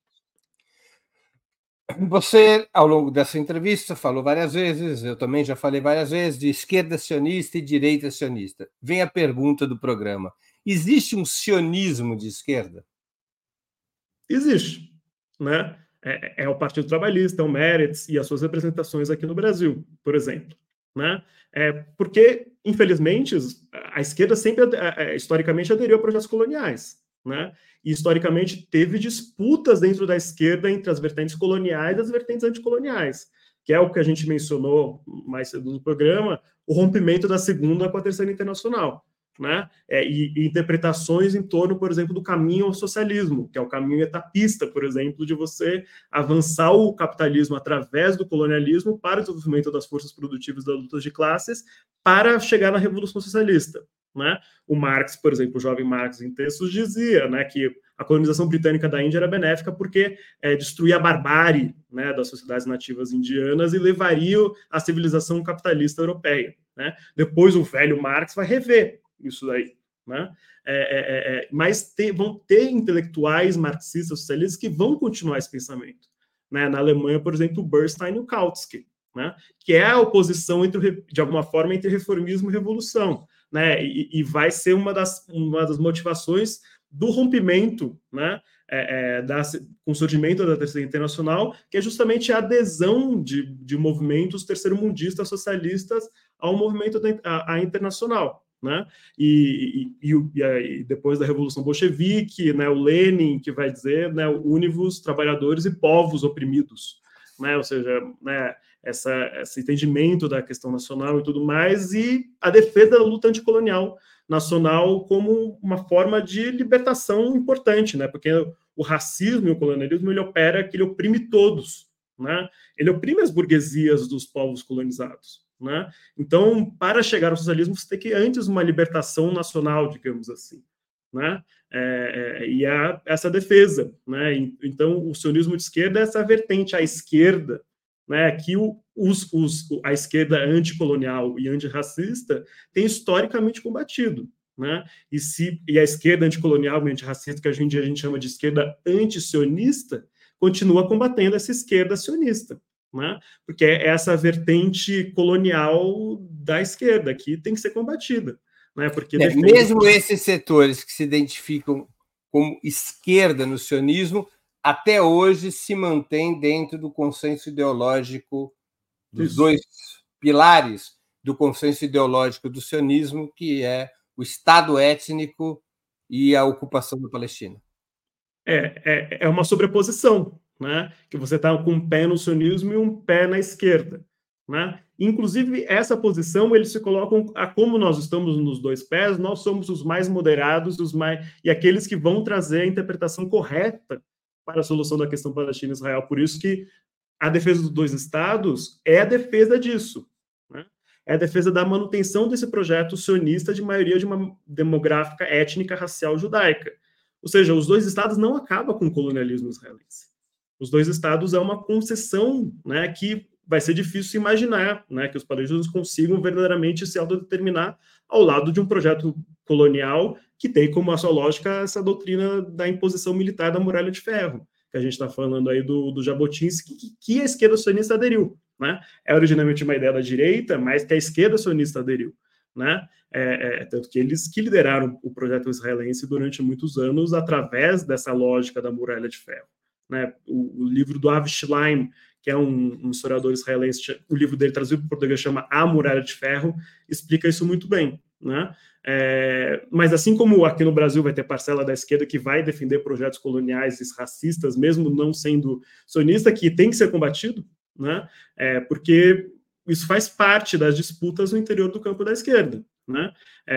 Você, ao longo dessa entrevista, falou várias vezes, eu também já falei várias vezes, de esquerda sionista e direita sionista. Vem a pergunta do programa: existe um sionismo de esquerda? Existe, né? É, é o Partido Trabalhista, é o Meretz e as suas representações aqui no Brasil, por exemplo, né? É porque, infelizmente, a esquerda sempre, historicamente, aderiu a projetos coloniais, né? E, historicamente, teve disputas dentro da esquerda entre as vertentes coloniais e as vertentes anticoloniais, que é o que a gente mencionou mais cedo no programa, o rompimento da Segunda com a Terceira Internacional, né? É, e, e interpretações em torno, por exemplo, do caminho ao socialismo, que é o caminho etapista, por exemplo, de você avançar o capitalismo através do colonialismo para o desenvolvimento das forças produtivas das lutas de classes para chegar na Revolução Socialista, né? O Marx, por exemplo, o jovem Marx, em textos, dizia, né, que a colonização britânica da Índia era benéfica porque é, destruía a barbárie, né, das sociedades nativas indianas e levaria à civilização capitalista europeia, né? Depois o velho Marx vai rever isso daí, né? É, é, é, mas ter, vão ter intelectuais marxistas socialistas que vão continuar esse pensamento, né? Na Alemanha, por exemplo, o Bernstein e o Kautsky, né? Que é a oposição entre, de alguma forma, entre reformismo e revolução, né? E, e vai ser uma das, uma das motivações do rompimento, né? É, é, da, com o surgimento da Terceira Internacional, que é justamente a adesão de, de movimentos terceiro-mundistas socialistas ao movimento da, a, a internacional, né? E, e, e, e depois da Revolução Bolchevique, né, o Lenin, que vai dizer, né, une-vos trabalhadores e povos oprimidos, né? Ou seja, né, essa, esse entendimento da questão nacional e tudo mais, e a defesa da luta anticolonial nacional como uma forma de libertação importante, né? Porque o racismo e o colonialismo, ele opera que ele oprime todos, né? Ele oprime as burguesias dos povos colonizados, né? Então, para chegar ao socialismo, você tem que antes uma libertação nacional, digamos assim, né? É, é, e há essa defesa, né? Então, o sionismo de esquerda é essa vertente à esquerda, né? Que o, os, os, a esquerda anticolonial e antirracista tem historicamente combatido, né? E, se, e a esquerda anticolonial e antirracista, que hoje em dia a gente chama de esquerda antisionista, continua combatendo essa esquerda sionista, né? Porque é essa vertente colonial da esquerda que tem que ser combatida, né? Porque é, defende... mesmo esses setores que se identificam como esquerda no sionismo, até hoje se mantém dentro do consenso ideológico dos Isso. dois pilares do consenso ideológico do sionismo, que é o Estado étnico e a ocupação da Palestina. É, é, é uma sobreposição, né? Que você está com um pé no sionismo e um pé na esquerda, né? Inclusive, essa posição, eles se colocam, a como nós estamos nos dois pés, nós somos os mais moderados os mais, e aqueles que vão trazer a interpretação correta para a solução da questão Palestina-Israel. Por isso que a defesa dos dois estados é a defesa disso, né? É a defesa da manutenção desse projeto sionista de maioria de uma demográfica étnica, racial, judaica. Ou seja, os dois estados não acabam com o colonialismo israelense. Os dois estados é uma concessão, né, que vai ser difícil imaginar, né, que os palestinos consigam verdadeiramente se autodeterminar ao lado de um projeto colonial que tem como a sua lógica essa doutrina da imposição militar da muralha de ferro, que a gente está falando aí do, do Jabotinsky, que, que a esquerda sionista aderiu, né? É originalmente uma ideia da direita, mas que a esquerda sionista aderiu, né? É, é, tanto que eles que lideraram o projeto israelense durante muitos anos através dessa lógica da muralha de ferro, né? O, o livro do Avi Shlaim, que é um, um historiador israelense, o livro dele traduzido para o português chama A Muralha de Ferro, explica isso muito bem, né? É, mas assim como aqui no Brasil vai ter parcela da esquerda que vai defender projetos coloniais e racistas, mesmo não sendo sionista, que tem que ser combatido, né? É, porque isso faz parte das disputas no interior do campo da esquerda, né?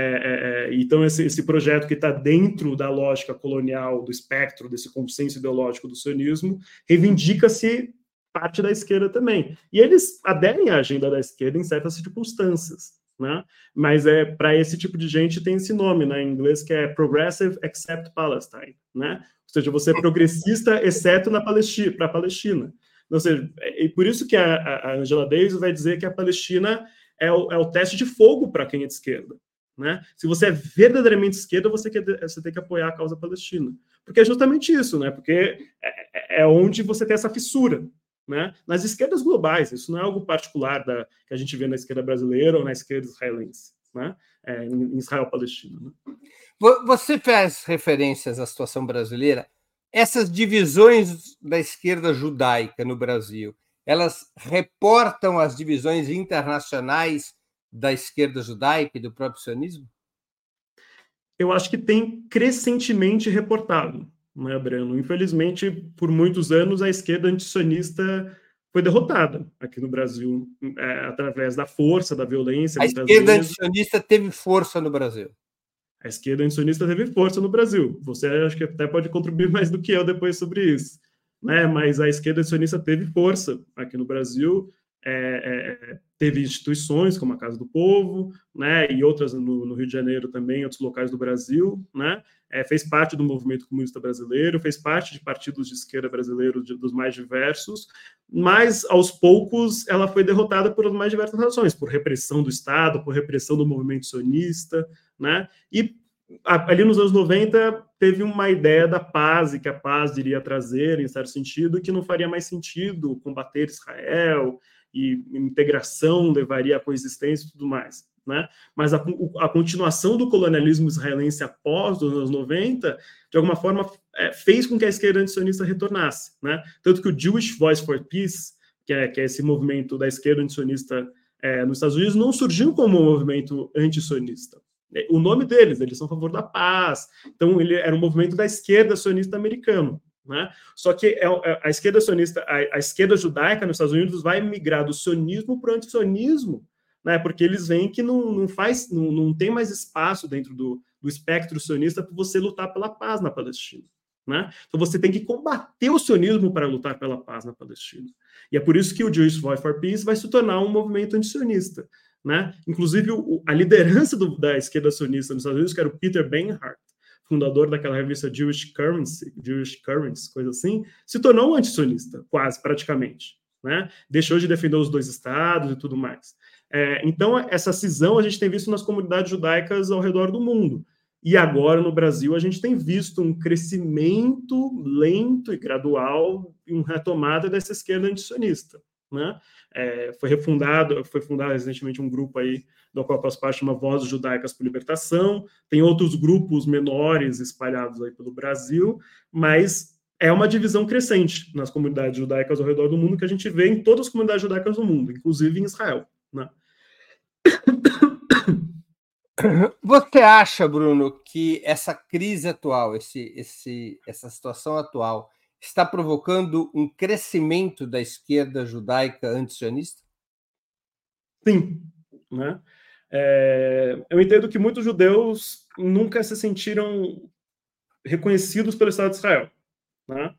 É, é, então esse, esse projeto que está dentro da lógica colonial, do espectro desse consenso ideológico do sionismo, reivindica-se parte da esquerda também. E eles aderem à agenda da esquerda em certas circunstâncias, né? Mas é para esse tipo de gente tem esse nome, né, em inglês, que é Progressive Except Palestine, né? Ou seja, você é progressista exceto na Palestina, para a Palestina. Ou seja, e por isso que a, a Angela Davis vai dizer que a Palestina é o, é o teste de fogo para quem é de esquerda, né? Se você é verdadeiramente esquerda, você, quer, você tem que apoiar a causa palestina. Porque é justamente isso, né? Porque é, é onde você tem essa fissura, né? Nas esquerdas globais, isso não é algo particular da, que a gente vê na esquerda brasileira ou na esquerda israelense, né? É, em Israel-Palestina. Né? Você faz referências à situação brasileira. Essas divisões da esquerda judaica no Brasil, elas reportam as divisões internacionais da esquerda judaica e do próprio sionismo? Eu acho que tem crescentemente reportado, né, Breno? Infelizmente, por muitos anos, a esquerda antisionista foi derrotada aqui no Brasil, é, através da força, da violência. A esquerda antisionista teve força no Brasil. A esquerda antisionista teve força no Brasil. Você acho que até pode contribuir mais do que eu depois sobre isso, né? Mas a esquerda antisionista teve força aqui no Brasil, é, é, teve instituições como a Casa do Povo, né? E outras no, no Rio de Janeiro também, outros locais do Brasil, né? É, fez parte do movimento comunista brasileiro, fez parte de partidos de esquerda brasileiros de, dos mais diversos, mas aos poucos ela foi derrotada por as mais diversas razões, por repressão do Estado, por repressão do movimento sionista, né? E ali nos anos noventa teve uma ideia da paz e que a paz iria trazer, em certo sentido, que não faria mais sentido combater Israel e integração levaria à coexistência e tudo mais, né? Mas a, a continuação do colonialismo israelense após os anos noventa, de alguma forma, é, fez com que a esquerda antisionista retornasse, né? Tanto que o Jewish Voice for Peace, que é, que é esse movimento da esquerda antisionista é, nos Estados Unidos, não surgiu como um movimento antisionista. O nome deles, eles são a favor da paz. Então, ele era um movimento da esquerda sionista americano, né? Só que a esquerda sionista, a, a esquerda judaica nos Estados Unidos vai migrar do sionismo para o antisionismo, né? Porque eles veem que não, não faz, não, não tem mais espaço dentro do, do espectro sionista para você lutar pela paz na Palestina, né? Então você tem que combater o sionismo para lutar pela paz na Palestina. E é por isso que o Jewish Voice for Peace vai se tornar um movimento antisionista, né? Inclusive o, a liderança do, da esquerda sionista nos Estados Unidos, que era o Peter Beinart, fundador daquela revista Jewish Currency, Jewish Currents, coisa assim, se tornou um antisionista, quase, praticamente, né? Deixou de defender os dois estados e tudo mais. É, então, essa cisão a gente tem visto nas comunidades judaicas ao redor do mundo. E agora, no Brasil, a gente tem visto um crescimento lento e gradual e uma retomada dessa esquerda antisionista, né? É, foi refundado, foi fundado recentemente um grupo aí do qual eu faço parte, chama Vozes Judaicas por Libertação. Tem outros grupos menores espalhados aí pelo Brasil, mas é uma divisão crescente nas comunidades judaicas ao redor do mundo que a gente vê em todas as comunidades judaicas do mundo, inclusive em Israel, né? Você acha, Bruno, que essa crise atual, esse, esse, essa situação atual, está provocando um crescimento da esquerda judaica antisionista? Sim, né? É, eu entendo que muitos judeus nunca se sentiram reconhecidos pelo Estado de Israel, né?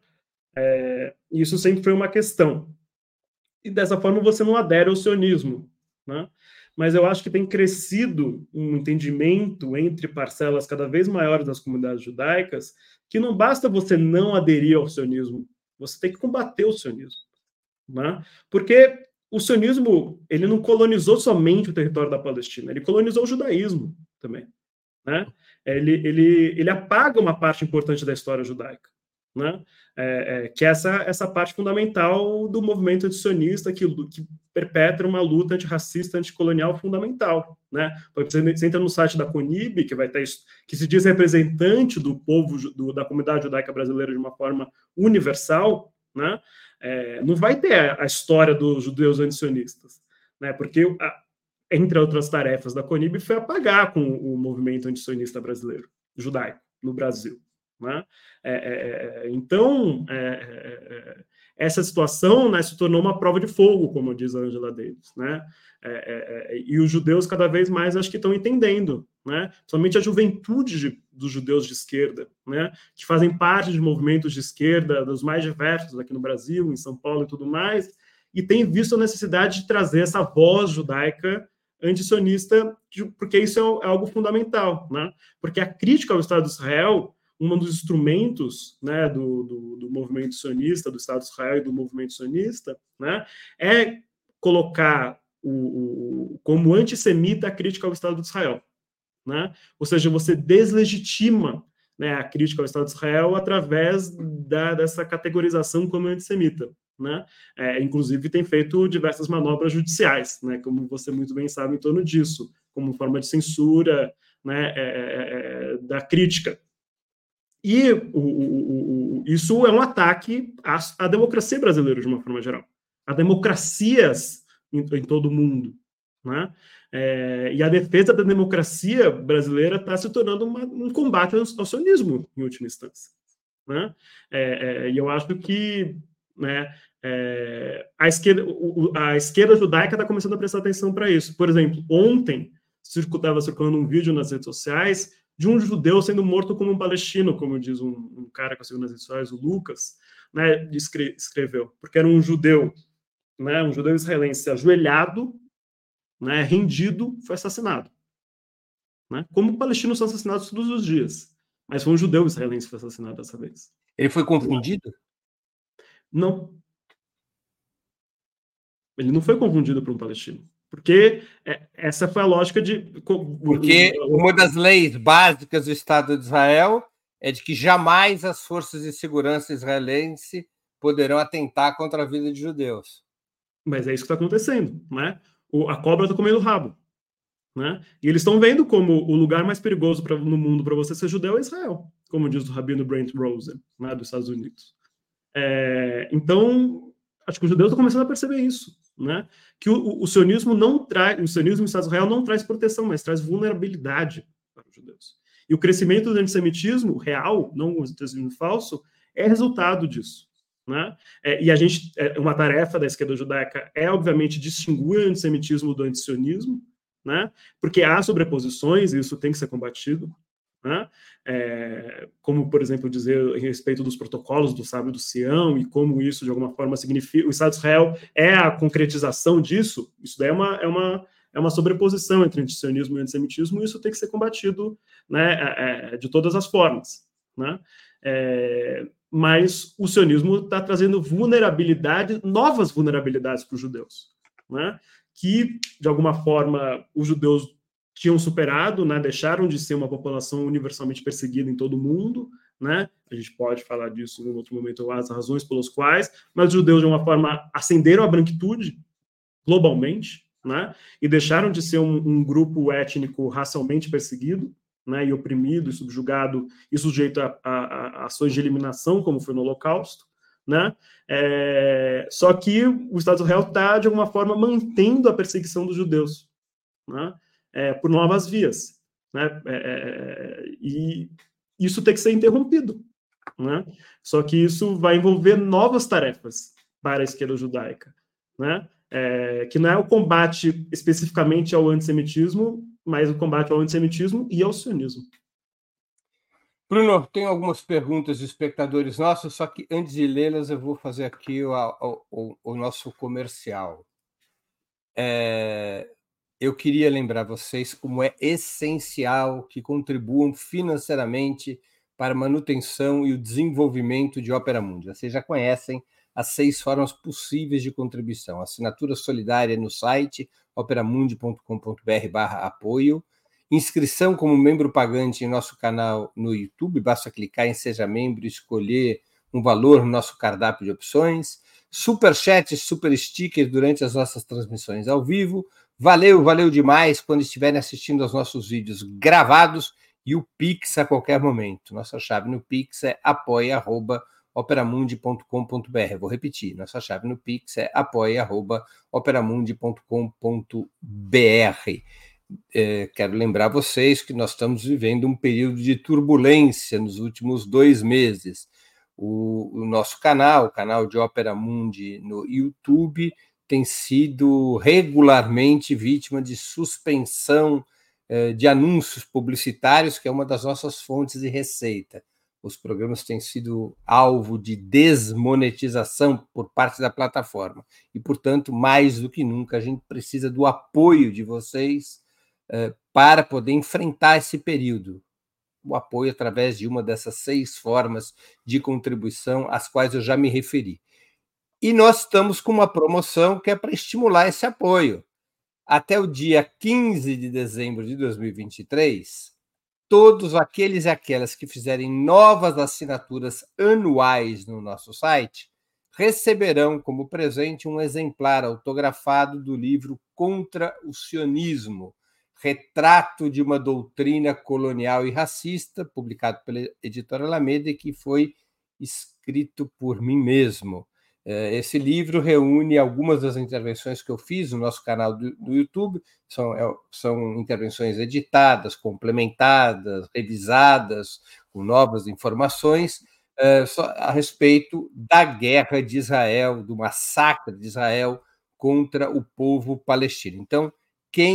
É, isso sempre foi uma questão. E dessa forma você não adere ao sionismo, né? Mas eu acho que tem crescido um entendimento entre parcelas cada vez maiores das comunidades judaicas que não basta você não aderir ao sionismo, você tem que combater o sionismo, né? Porque o sionismo, ele não colonizou somente o território da Palestina, ele colonizou o judaísmo também, né? Ele, ele, ele apaga uma parte importante da história judaica, né? É, é, que é essa, essa parte fundamental do movimento antisionista que, que perpetra uma luta antirracista, anticolonial fundamental, né? Você entra no site da CONIB, que vai ter que se diz representante do povo, do, da comunidade judaica brasileira de uma forma universal, né? É, não vai ter a história dos judeus antisionistas, né? Porque a, entre outras tarefas da CONIB foi apagar com o movimento antisionista brasileiro, judaico, no Brasil, né? É, é, então, é, é, essa situação, né, se tornou uma prova de fogo, como diz a Angela Davis, né? É, é, e os judeus cada vez mais acho que estão entendendo, né? Somente a juventude de, dos judeus de esquerda, né, que fazem parte de movimentos de esquerda dos mais diversos aqui no Brasil, em São Paulo e tudo mais, e tem visto a necessidade de trazer essa voz judaica antisionista, porque isso é algo fundamental, né? Porque a crítica ao Estado de Israel, um dos instrumentos, né, do, do, do movimento sionista, do Estado de Israel e do movimento sionista, né, é colocar o, o, como antissemita a crítica ao Estado de Israel, né? Ou seja, você deslegitima, né, a crítica ao Estado de Israel através da, dessa categorização como antissemita, né? É, inclusive tem feito diversas manobras judiciais, né, como você muito bem sabe, em torno disso, como forma de censura, né, é, é, da crítica. E o, o, o, isso é um ataque à, à democracia brasileira, de uma forma geral. A democracias em, em todo o mundo, né? É, e a defesa da democracia brasileira está se tornando uma, um combate ao, ao sionismo, em última instância, né? É, é, e eu acho que, né, é, a, esquerda, o, a esquerda judaica está começando a prestar atenção para isso. Por exemplo, ontem estava circulando um vídeo nas redes sociais de um judeu sendo morto como um palestino, como diz um, um cara que eu sigo nas redes sociais, o Lucas, né, escre escreveu, porque era um judeu, né, um judeu israelense ajoelhado, né, rendido, foi assassinado. Né? Como palestinos são assassinados todos os dias, mas foi um judeu israelense que foi assassinado dessa vez. Ele foi confundido? Não. Ele não foi confundido por um palestino. Porque essa foi a lógica de... Porque uma das leis básicas do Estado de Israel é de que jamais as forças de segurança israelense poderão atentar contra a vida de judeus. Mas é isso que está acontecendo, né? A cobra está comendo o rabo. Né? E eles estão vendo como o lugar mais perigoso pra, no mundo para você ser judeu é Israel, como diz o rabino Brent Rosen, né, dos Estados Unidos. É, então, acho que os judeus estão começando a perceber isso, né? Que o, o, o sionismo não traz, o sionismo em Estado de Israel não traz proteção, mas traz vulnerabilidade para os judeus. E o crescimento do antissemitismo real, não o antissemitismo falso, é resultado disso. Né? É, e a gente, é, uma tarefa da esquerda judaica é, obviamente, distinguir o antissemitismo do antisionismo, né? Porque há sobreposições e isso tem que ser combatido, né? É, como, por exemplo, dizer a respeito dos protocolos do Sábio do Sião e como isso, de alguma forma, significa... O Estado de Israel é a concretização disso. Isso daí é uma, é uma, é uma sobreposição entre antisionismo e antissemitismo e isso tem que ser combatido, né, é, é, de todas as formas, né? É, mas o sionismo está trazendo vulnerabilidade, novas vulnerabilidades para os judeus, né? Que, de alguma forma, os judeus tinham superado, né? Deixaram de ser uma população universalmente perseguida em todo o mundo, né? A gente pode falar disso em outro momento, as razões pelas quais, mas os judeus, de uma forma, ascenderam à branquitude globalmente, né? E deixaram de ser um, um grupo étnico racialmente perseguido, né? E oprimido e subjugado e sujeito a, a, a ações de eliminação, como foi no Holocausto. Né? É, só que o Estado de Israel está, de alguma forma, mantendo a perseguição dos judeus, né? É, por novas vias. Né? É, e isso tem que ser interrompido. Né? Só que isso vai envolver novas tarefas para a esquerda judaica. Né? É, que não é o combate especificamente ao antissemitismo, mas o combate ao antissemitismo e ao sionismo. Bruno, tenho algumas perguntas de espectadores nossos, só que antes de lê-las eu vou fazer aqui o, o, o nosso comercial. É, eu queria lembrar vocês como é essencial que contribuam financeiramente para a manutenção e o desenvolvimento de Opera Mundi. Vocês já conhecem as seis formas possíveis de contribuição. Assinatura solidária no site operamundi ponto com ponto br barra apoio. Inscrição como membro pagante em nosso canal no YouTube, basta clicar em Seja Membro e escolher um valor no nosso cardápio de opções. Superchat, super sticker durante as nossas transmissões ao vivo. Valeu, valeu demais quando estiverem assistindo aos nossos vídeos gravados e o Pix a qualquer momento. Nossa chave no Pix é apoia arroba operamundi ponto com ponto br. Vou repetir, nossa chave no Pix é apoia arroba operamundi ponto com ponto br. É, quero lembrar vocês que nós estamos vivendo um período de turbulência nos últimos dois meses. O, o nosso canal, o canal de Opera Mundi no YouTube, tem sido regularmente vítima de suspensão eh, de anúncios publicitários, que é uma das nossas fontes de receita. Os programas têm sido alvo de desmonetização por parte da plataforma. E, portanto, mais do que nunca, a gente precisa do apoio de vocês para poder enfrentar esse período. O apoio através de uma dessas seis formas de contribuição às quais eu já me referi. E nós estamos com uma promoção que é para estimular esse apoio. Até o dia quinze de dezembro de dois mil e vinte e três, todos aqueles e aquelas que fizerem novas assinaturas anuais no nosso site receberão como presente um exemplar autografado do livro Contra o Sionismo, Retrato de uma Doutrina Colonial e Racista, publicado pela editora Alameda e que foi escrito por mim mesmo. Esse livro reúne algumas das intervenções que eu fiz no nosso canal do, do YouTube, são, são intervenções editadas, complementadas, revisadas, com novas informações, uh, a respeito da guerra de Israel, do massacre de Israel contra o povo palestino. Então, quem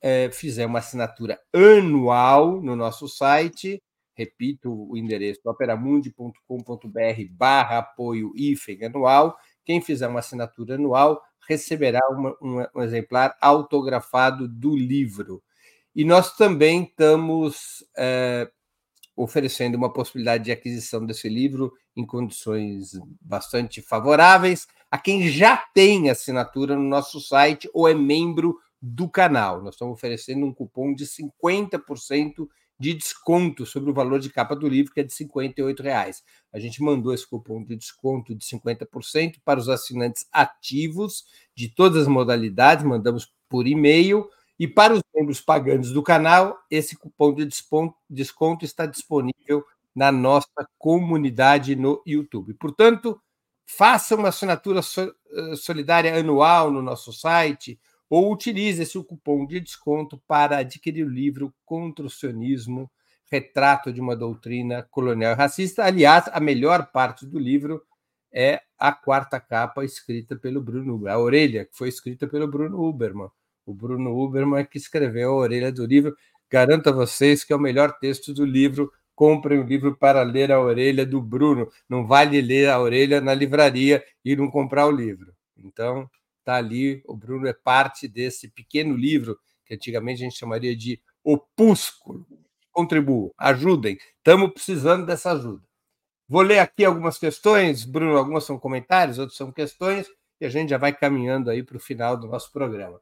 é, fizer uma assinatura anual no nosso site, repito o endereço, operamundi.com.br barra apoio hífen anual, quem fizer uma assinatura anual receberá uma, uma, um exemplar autografado do livro. E nós também estamos é, oferecendo uma possibilidade de aquisição desse livro em condições bastante favoráveis a quem já tem assinatura no nosso site ou é membro do canal. Nós estamos oferecendo um cupom de cinquenta por cento de desconto sobre o valor de capa do livro, que é de cinquenta e oito reais. A gente mandou esse cupom de desconto de cinquenta por cento para os assinantes ativos de todas as modalidades, mandamos por e-mail, e para os membros pagantes do canal, esse cupom de desconto está disponível na nossa comunidade no YouTube. Portanto, faça uma assinatura solidária anual no nosso site ou utilize esse cupom de desconto para adquirir o livro Contra o Sionismo, Retrato de uma Doutrina Colonial e Racista. Aliás, a melhor parte do livro é a quarta capa escrita pelo Bruno Huberman, a orelha, que foi escrita pelo Bruno Huberman. O Bruno Huberman é que escreveu a orelha do livro. Garanto a vocês que é o melhor texto do livro. Comprem o livro para ler a orelha do Bruno. Não vale ler a orelha na livraria e não comprar o livro. Então, está ali, o Bruno é parte desse pequeno livro, que antigamente a gente chamaria de opúsculo. Contribuam, ajudem. Estamos precisando dessa ajuda. Vou ler aqui algumas questões, Bruno, algumas são comentários, outras são questões, e a gente já vai caminhando aí para o final do nosso programa.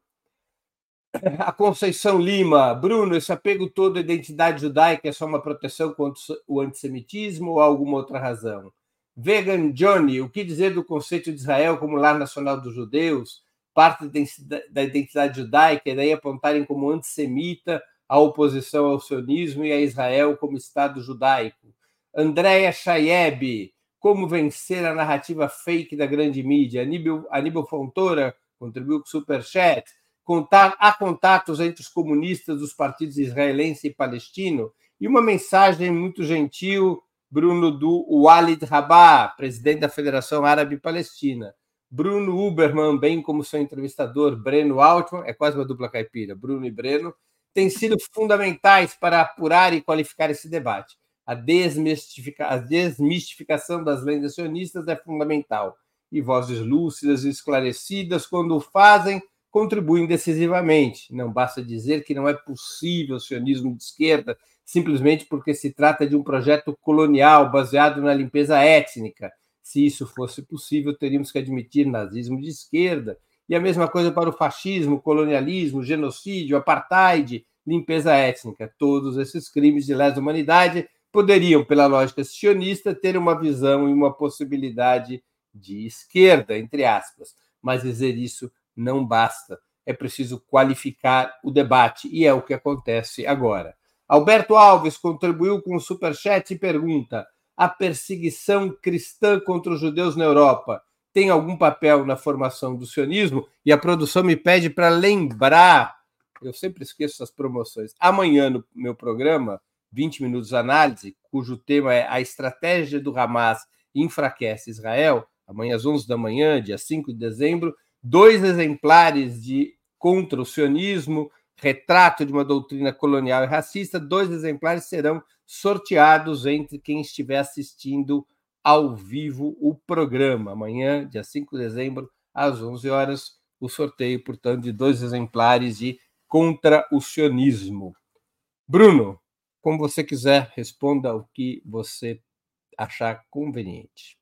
A Conceição Lima, Bruno, esse apego todo à identidade judaica é só uma proteção contra o antissemitismo ou alguma outra razão? Vegan Johnny, o que dizer do conceito de Israel como lar nacional dos judeus, parte da identidade judaica, e daí apontarem como antissemita a oposição ao sionismo e a Israel como Estado judaico? Andréa Chayeb, como vencer a narrativa fake da grande mídia? Aníbal, Aníbal Fontoura contribuiu com o Superchat. Contar, há contatos entre os comunistas dos partidos israelense e palestino? E uma mensagem muito gentil, Bruno, do Walid Rabah, presidente da Federação Árabe Palestina. Bruno Huberman, bem como seu entrevistador, Breno Altman, é quase uma dupla caipira, Bruno e Breno, têm sido fundamentais para apurar e qualificar esse debate. A, desmistifica... a desmistificação das lendas sionistas é fundamental. E vozes lúcidas e esclarecidas, quando o fazem, contribuem decisivamente. Não basta dizer que não é possível o sionismo de esquerda simplesmente porque se trata de um projeto colonial baseado na limpeza étnica. Se isso fosse possível, teríamos que admitir nazismo de esquerda. E a mesma coisa para o fascismo, colonialismo, genocídio, apartheid, limpeza étnica. Todos esses crimes de lesa humanidade poderiam, pela lógica sionista, ter uma visão e uma possibilidade de esquerda, entre aspas. Mas dizer isso não basta. É preciso qualificar o debate, e é o que acontece agora. Alberto Alves contribuiu com o Superchat e pergunta: a perseguição cristã contra os judeus na Europa tem algum papel na formação do sionismo? E a produção me pede para lembrar, eu sempre esqueço essas promoções, amanhã no meu programa, vinte minutos de análise, cujo tema é a estratégia do Hamas enfraquece Israel, amanhã às onze da manhã, dia cinco de dezembro, dois exemplares de Contra o Sionismo, Retrato de uma Doutrina Colonial e Racista, dois exemplares serão sorteados entre quem estiver assistindo ao vivo o programa. Amanhã, dia cinco de dezembro, às onze horas, o sorteio, portanto, de dois exemplares de Contra o Sionismo. Bruno, como você quiser, responda o que você achar conveniente.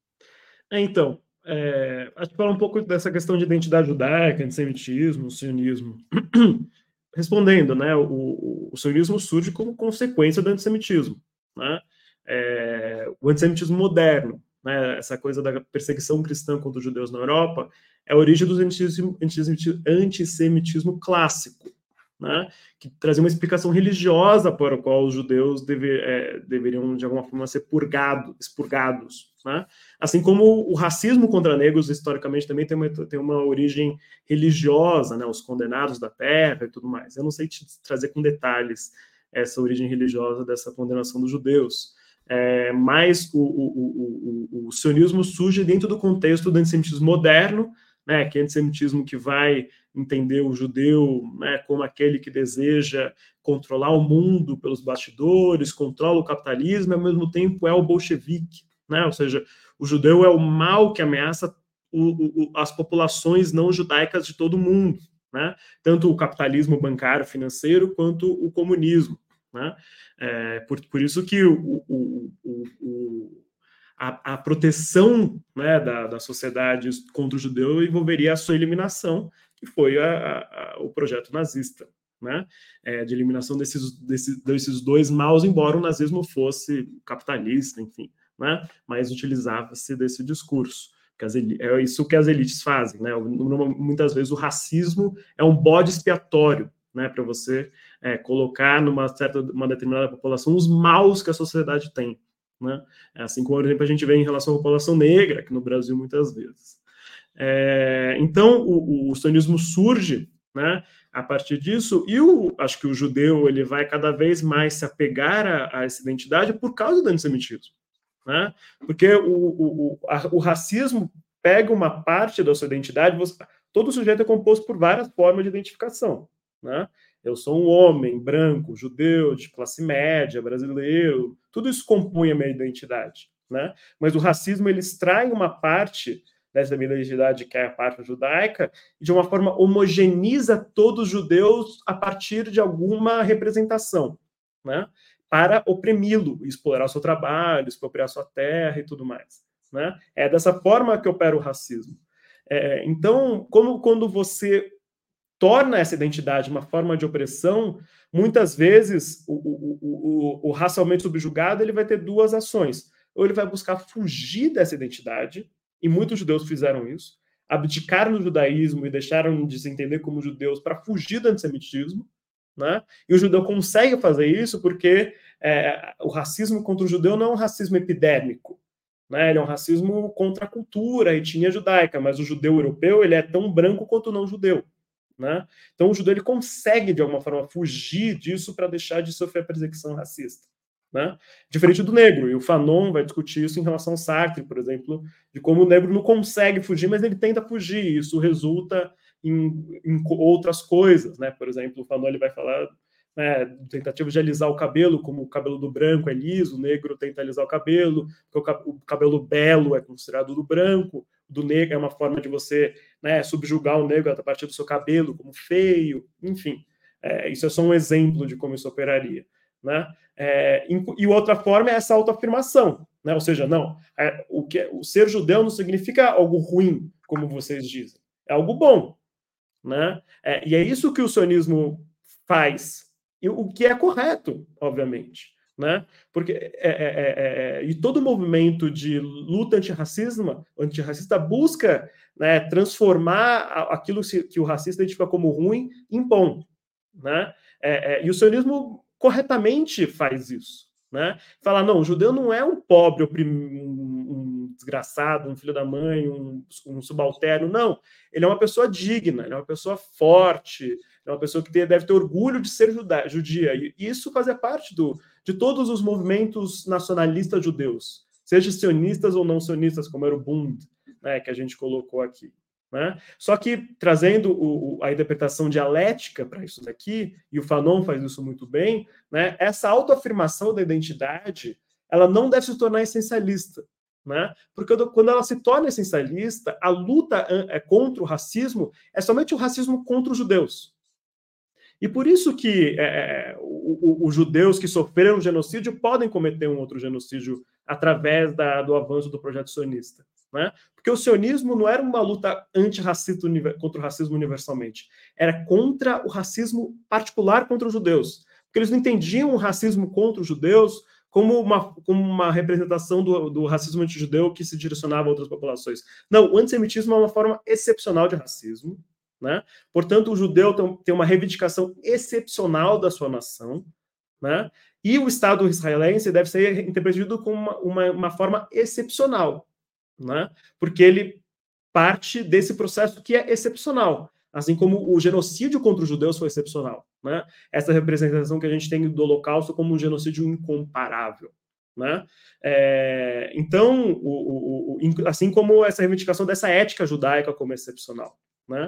Então, é, acho que falar um pouco dessa questão de identidade judaica, antissemitismo, sionismo. Respondendo, né, o, o sionismo surge como consequência do antissemitismo, né? É, o antissemitismo moderno, né, essa coisa da perseguição cristã contra os judeus na Europa, é a origem do antissemitismo, antissemitismo, antissemitismo clássico, né, que trazia uma explicação religiosa para a qual os judeus deve, é, deveriam, de alguma forma, ser purgado, expurgados. Né? Assim como o racismo contra negros, historicamente, também tem uma, tem uma origem religiosa, né? Os condenados da terra e tudo mais. Eu não sei te trazer com detalhes essa origem religiosa dessa condenação dos judeus, é, mas o, o, o, o, o sionismo surge dentro do contexto do antissemitismo moderno, né? Que é antissemitismo que vai entender o judeu, né, como aquele que deseja controlar o mundo pelos bastidores, controla o capitalismo, e ao mesmo tempo é o bolchevique, né? Ou seja, o judeu é o mal que ameaça o, o, as populações não judaicas de todo o mundo, né? Tanto o capitalismo bancário financeiro quanto o comunismo, né? É, por, por isso que o, o, o, o, a, a proteção, né, da, da sociedade contra o judeu envolveria a sua eliminação, que foi a, a, o projeto nazista, né? É, de eliminação desses, desses, desses dois maus, embora o nazismo fosse capitalista, enfim, né? Mas utilizava-se desse discurso. Que as, é isso que as elites fazem, né? Muitas vezes o racismo é um bode expiatório, né, para você é, colocar numa certa, uma determinada população os maus que a sociedade tem, né? Assim como, por exemplo, a gente vê em relação à população negra, aqui no Brasil, muitas vezes. É, então, o, o sionismo surge, né, a partir disso, e o, acho que o judeu ele vai cada vez mais se apegar a, a essa identidade por causa do antissemitismo, né? Porque o, o, a, o racismo pega uma parte da sua identidade, você, todo sujeito é composto por várias formas de identificação, né? Eu sou um homem branco, judeu, de classe média, brasileiro, tudo isso compõe a minha identidade, né? Mas o racismo ele extrai uma parte dessa minha identidade, que é a parte judaica, e de uma forma homogeneiza todos os judeus a partir de alguma representação, né? Para oprimi-lo, explorar o seu trabalho, expropriar sua terra e tudo mais, né? É dessa forma que opera o racismo. É, então, como quando você torna essa identidade uma forma de opressão, muitas vezes o, o, o, o racialmente subjugado ele vai ter duas ações. Ou ele vai buscar fugir dessa identidade, e muitos judeus fizeram isso, abdicaram do judaísmo e deixaram de se entender como judeus para fugir do antissemitismo, né? E o judeu consegue fazer isso porque é, o racismo contra o judeu não é um racismo epidérmico, né? Ele é um racismo contra a cultura, a etnia judaica, mas o judeu europeu ele é tão branco quanto o não judeu, né? Então o judeu ele consegue de alguma forma fugir disso para deixar de sofrer a perseguição racista, né? Diferente do negro, e o Fanon vai discutir isso em relação ao Sartre, por exemplo, de como o negro não consegue fugir, mas ele tenta fugir, e isso resulta em, em outras coisas, né? Por exemplo, o Fanon ele vai falar, né, tentativa de alisar o cabelo, como o cabelo do branco é liso, o negro tenta alisar o cabelo, porque o cabelo belo é considerado do branco, do negro é uma forma de você, né, subjugar o negro a partir do seu cabelo como feio, enfim, é, isso é só um exemplo de como isso operaria, né? É, e outra forma é essa autoafirmação, né? Ou seja, não, é, o, que, o ser judeu não significa algo ruim, como vocês dizem, é algo bom, né? É, e é isso que o sionismo faz, e o que é correto, obviamente, né? Porque é, é, é, e todo movimento de luta antirracismo, antirracista busca, né, transformar aquilo que o racista identifica como ruim em bom, né? É, é, e o sionismo corretamente faz isso, né? Fala, não, o judeu não é um pobre, um, um desgraçado, um filho da mãe, um, um subalterno, não. Ele é uma pessoa digna, ele é uma pessoa forte, é uma pessoa que tem, deve ter orgulho de ser juda, judia. E isso fazia parte do, de todos os movimentos nacionalistas judeus, seja sionistas ou não sionistas, como era o Bund, né, que a gente colocou aqui, né? Só que trazendo o, o, a interpretação dialética para isso daqui, e o Fanon faz isso muito bem, né? Essa autoafirmação da identidade ela não deve se tornar essencialista, né? Porque quando ela se torna essencialista, a luta contra o racismo é somente o racismo contra os judeus. E por isso que é, os judeus que sofreram genocídio podem cometer um outro genocídio através da, do avanço do projeto sionista, né? Porque o sionismo não era uma luta antirracista contra o racismo universalmente, era contra o racismo particular contra os judeus, porque eles não entendiam o racismo contra os judeus como uma, como uma representação do, do racismo antijudeu que se direcionava a outras populações. Não, o antissemitismo é uma forma excepcional de racismo, né? Portanto, o judeu tem uma reivindicação excepcional da sua nação, né? E o Estado israelense deve ser interpretado como uma, uma, uma forma excepcional, né? Porque ele parte desse processo que é excepcional, assim como o genocídio contra os judeus foi excepcional, né? Essa representação que a gente tem do Holocausto como um genocídio incomparável, né? É, então, o, o, o, assim como essa reivindicação dessa ética judaica como excepcional, né?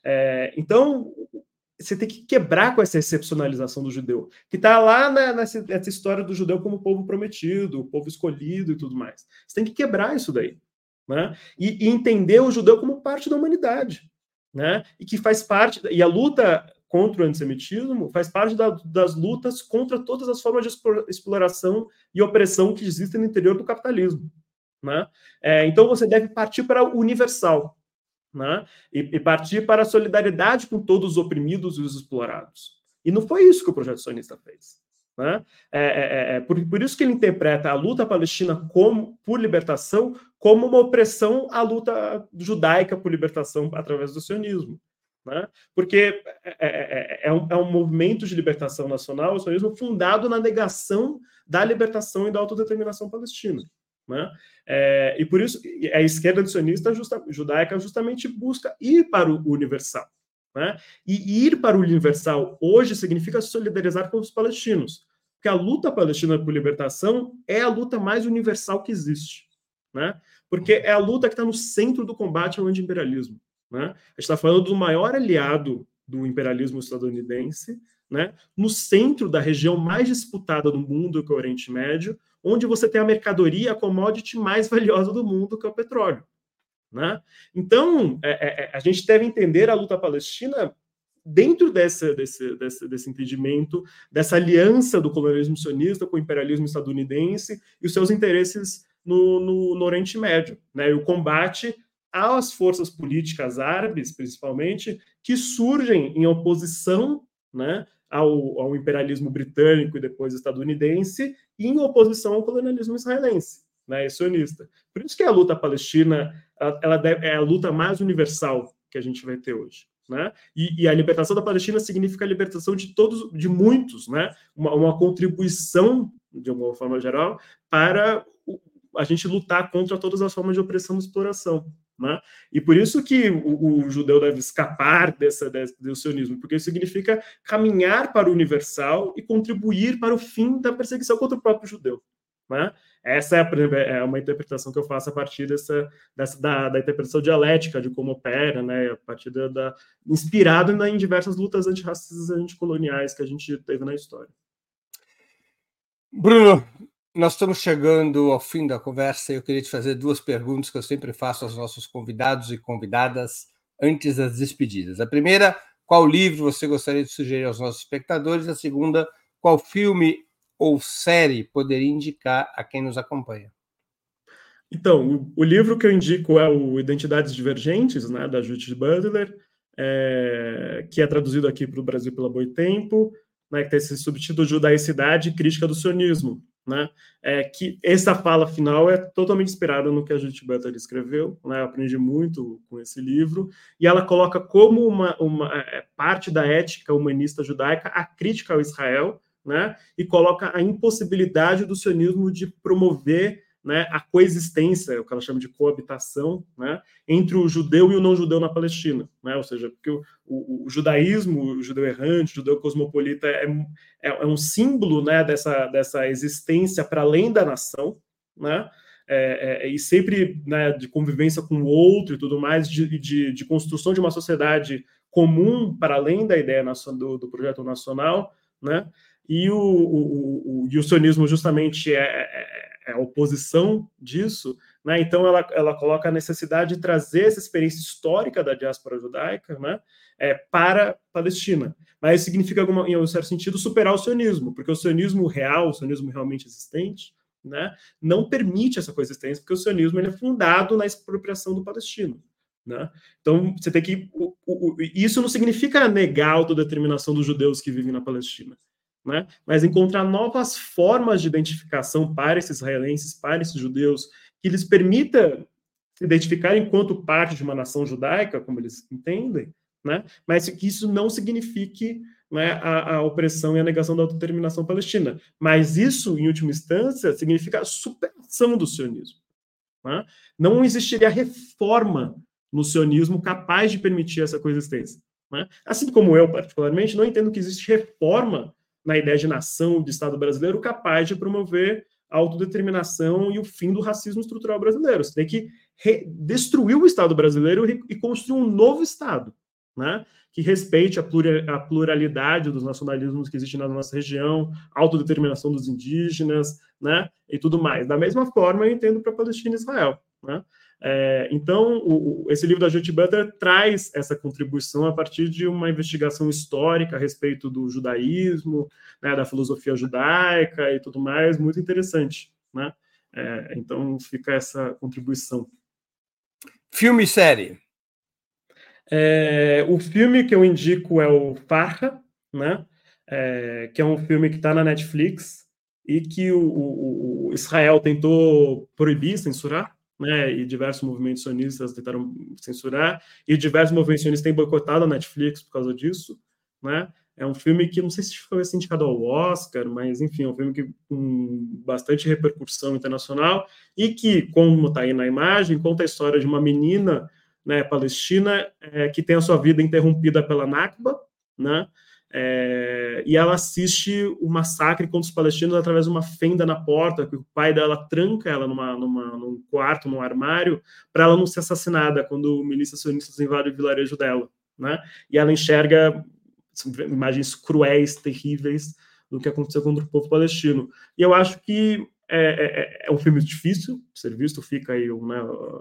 É, então, você tem que quebrar com essa excepcionalização do judeu, que está lá na, nessa, nessa história do judeu como povo prometido, o povo escolhido e tudo mais. Você tem que quebrar isso daí, né? E, e entender o judeu como parte da humanidade, né? E que faz parte, e a luta contra o antissemitismo faz parte da, das lutas contra todas as formas de exploração e opressão que existem no interior do capitalismo, né? É, então você deve partir para o universal, né? E, e partir para a solidariedade com todos os oprimidos e os explorados. E não foi isso que o projeto sionista fez, né? É, é, é, por, por isso que ele interpreta a luta palestina como, por libertação como uma opressão à luta judaica por libertação através do sionismo, né? Porque é, é, é, um, é um movimento de libertação nacional, o sionismo, fundado na negação da libertação e da autodeterminação palestina, né? É, e por isso a esquerda sionista justa, judaica justamente busca ir para o universal, né? E ir para o universal hoje significa se solidarizar com os palestinos, porque a luta palestina por libertação é a luta mais universal que existe, né? Porque é a luta que está no centro do combate ao anti-imperialismo, né? A gente está falando do maior aliado do imperialismo estadunidense, né? No centro da região mais disputada do mundo, que é o Oriente Médio, onde você tem a mercadoria, a commodity mais valiosa do mundo, que é o petróleo, né? Então, é, é, a gente deve entender a luta palestina dentro desse, desse, desse, desse entendimento, dessa aliança do colonialismo sionista com o imperialismo estadunidense e os seus interesses no, no, no Oriente Médio, né? E o combate às forças políticas árabes, principalmente, que surgem em oposição, né, ao, ao imperialismo britânico e depois estadunidense, e em oposição ao colonialismo israelense, né, e sionista. Por isso que a luta palestina ela, ela deve, é a luta mais universal que a gente vai ter hoje, né? E, e a libertação da Palestina significa a libertação de todos, de muitos, né? Uma, uma contribuição, de uma forma geral, para a gente lutar contra todas as formas de opressão e exploração, né? E por isso que o, o judeu deve escapar dessa, desse, do sionismo, porque isso significa caminhar para o universal e contribuir para o fim da perseguição contra o próprio judeu, né? Essa é, é uma interpretação que eu faço a partir dessa, dessa da, da interpretação dialética de como opera, né? A partir da, da inspirado em diversas lutas antirracistas e anticoloniais que a gente teve na história. Bruno, nós estamos chegando ao fim da conversa e eu queria te fazer duas perguntas que eu sempre faço aos nossos convidados e convidadas antes das despedidas. A primeira, qual livro você gostaria de sugerir aos nossos espectadores? A segunda, qual filme ou série poderia indicar a quem nos acompanha? Então, o, o livro que eu indico é o Identidades Divergentes, né, da Judith Butler, é, que é traduzido aqui para o Brasil pela Boitempo, né, que tem esse subtítulo Judaicidade e Crítica do Sionismo, né, é, que essa fala final é totalmente inspirada no que a Judith Butler escreveu, né, eu aprendi muito com esse livro, e ela coloca como uma, uma é, parte da ética humanista judaica a crítica ao Israel, né, e coloca a impossibilidade do sionismo de promover, né, a coexistência, o que ela chama de coabitação, né, entre o judeu e o não-judeu na Palestina, né, ou seja, porque o, o, o judaísmo, o judeu errante, o judeu cosmopolita é, é, é um símbolo, né, dessa, dessa existência para além da nação, né, é, é, e sempre, né, de convivência com o outro e tudo mais, de, de, de construção de uma sociedade comum para além da ideia do, do projeto nacional, né, e o, o, o, e o sionismo justamente é, é, é a oposição disso, né? Então ela, ela coloca a necessidade de trazer essa experiência histórica da diáspora judaica, né, é, para a Palestina. Mas significa, alguma, em um certo sentido, superar o sionismo, porque o sionismo real, o sionismo realmente existente, né, não permite essa coexistência, porque o sionismo ele é fundado na expropriação do palestino. Né? Então, você tem que... O, o, isso não significa negar a autodeterminação dos judeus que vivem na Palestina, né? Mas encontrar novas formas de identificação para esses israelenses, para esses judeus, que lhes permita se identificar enquanto parte de uma nação judaica, como eles entendem, né? Mas que isso não signifique, né, a, a opressão e a negação da autodeterminação palestina. Mas isso, em última instância, significa a superação do sionismo. Né? Não existiria reforma no sionismo capaz de permitir essa coexistência. Né? Assim como eu, particularmente, não entendo que existe reforma na ideia de nação, de Estado brasileiro, capaz de promover a autodeterminação e o fim do racismo estrutural brasileiro. Você tem que destruir o Estado brasileiro e construir um novo Estado, né, que respeite a pluralidade dos nacionalismos que existem na nossa região, autodeterminação dos indígenas, né, e tudo mais. Da mesma forma, eu entendo para a Palestina e Israel, né? É, então, o, esse livro da Judith Butler traz essa contribuição a partir de uma investigação histórica a respeito do judaísmo, né, da filosofia judaica e tudo mais, muito interessante, né? É, então, fica essa contribuição. Filme e série? É, o filme que eu indico é o Farra, né? É, que é um filme que está na Netflix e que o, o, o Israel tentou proibir, censurar, né, e diversos movimentos sionistas tentaram censurar, e diversos movimentos sionistas têm boicotado a Netflix por causa disso, né? É um filme que, não sei se foi assim, indicado ao Oscar, mas, enfim, é um filme que, com bastante repercussão internacional, e que, como está aí na imagem, conta a história de uma menina, né, palestina, é, que tem a sua vida interrompida pela Nakba, né? É, e ela assiste o massacre contra os palestinos através de uma fenda na porta, que o pai dela tranca ela numa, numa, num quarto, num armário, para ela não ser assassinada quando milícias sionistas invadem o vilarejo dela, né? E ela enxerga imagens cruéis, terríveis do que aconteceu contra o povo palestino. E eu acho que é, é, é um filme difícil de ser visto, fica aí, né,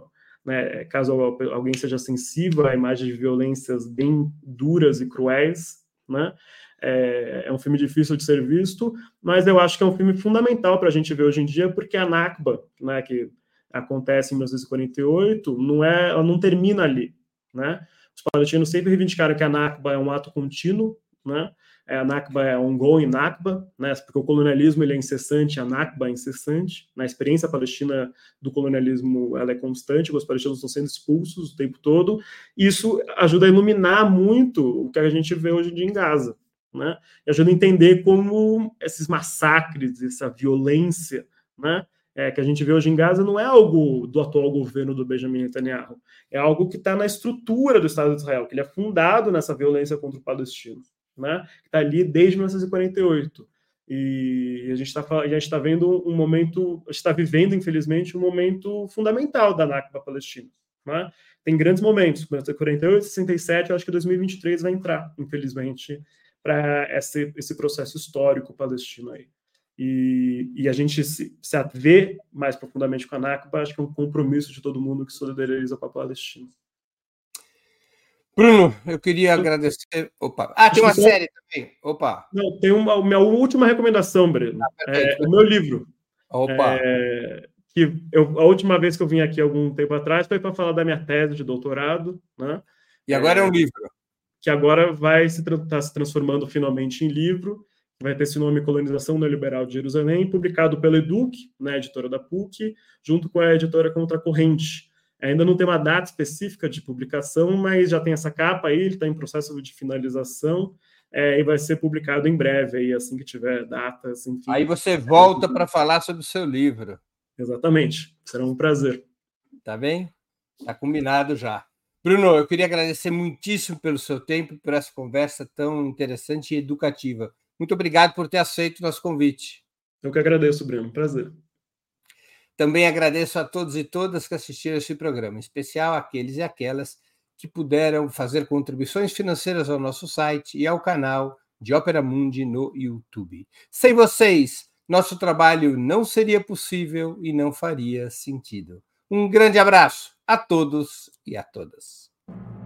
né, caso alguém seja sensível a imagens de violências bem duras e cruéis, né? É, é um filme difícil de ser visto, mas eu acho que é um filme fundamental para a gente ver hoje em dia, porque a Nakba, né, que acontece em mil novecentos e quarenta e oito, não é, ela não termina ali, né? Os palestinos sempre reivindicaram que a Nakba é um ato contínuo, né? A Nakba é ongoing Nakba, né? Porque o colonialismo ele é incessante, a Nakba é incessante. Na experiência palestina do colonialismo, ela é constante, os palestinos estão sendo expulsos o tempo todo. Isso ajuda a iluminar muito o que a gente vê hoje em dia em Gaza, né? E ajuda a entender como esses massacres, essa violência, né, é, que a gente vê hoje em Gaza não é algo do atual governo do Benjamin Netanyahu, é algo que está na estrutura do Estado de Israel, que ele é fundado nessa violência contra o palestino, né, que está ali desde mil novecentos e quarenta e oito. E a gente está a gente está vendo um momento, a gente está vivendo, infelizmente, um momento fundamental da Nakba palestina, né? Tem grandes momentos, mil novecentos e quarenta e oito, sessenta e sete, eu acho que dois mil e vinte e três vai entrar, infelizmente, para esse, esse processo histórico palestino aí. E, e a gente se, se vê mais profundamente com a Nakba, acho que é um compromisso de todo mundo que solidariza com a Palestina. Bruno, eu queria eu, agradecer. Opa. Ah, tem uma só... série também. Opa. Não, tem uma minha última recomendação, Breno. Ah, perfeito, é, perfeito. O meu livro. Opa. É, que eu, a última vez que eu vim aqui algum tempo atrás foi para falar da minha tese de doutorado, né? E agora é, é um livro. Que agora vai se tá se transformando finalmente em livro. Vai ter esse nome Colonização Neoliberal de Jerusalém, publicado pela Educ, né, editora da P U C, junto com a editora Contracorrente. Ainda não tem uma data específica de publicação, mas já tem essa capa aí, ele está em processo de finalização, é, e vai ser publicado em breve, aí, assim que tiver datas, enfim. Aí você volta para falar sobre o seu livro. Exatamente, será um prazer. Tá bem? Tá combinado já. Bruno, eu queria agradecer muitíssimo pelo seu tempo e por essa conversa tão interessante e educativa. Muito obrigado por ter aceito o nosso convite. Eu que agradeço, Breno. Prazer. Também agradeço a todos e todas que assistiram esse programa, em especial aqueles e aquelas que puderam fazer contribuições financeiras ao nosso site e ao canal de Ópera Mundi no YouTube. Sem vocês, nosso trabalho não seria possível e não faria sentido. Um grande abraço a todos e a todas.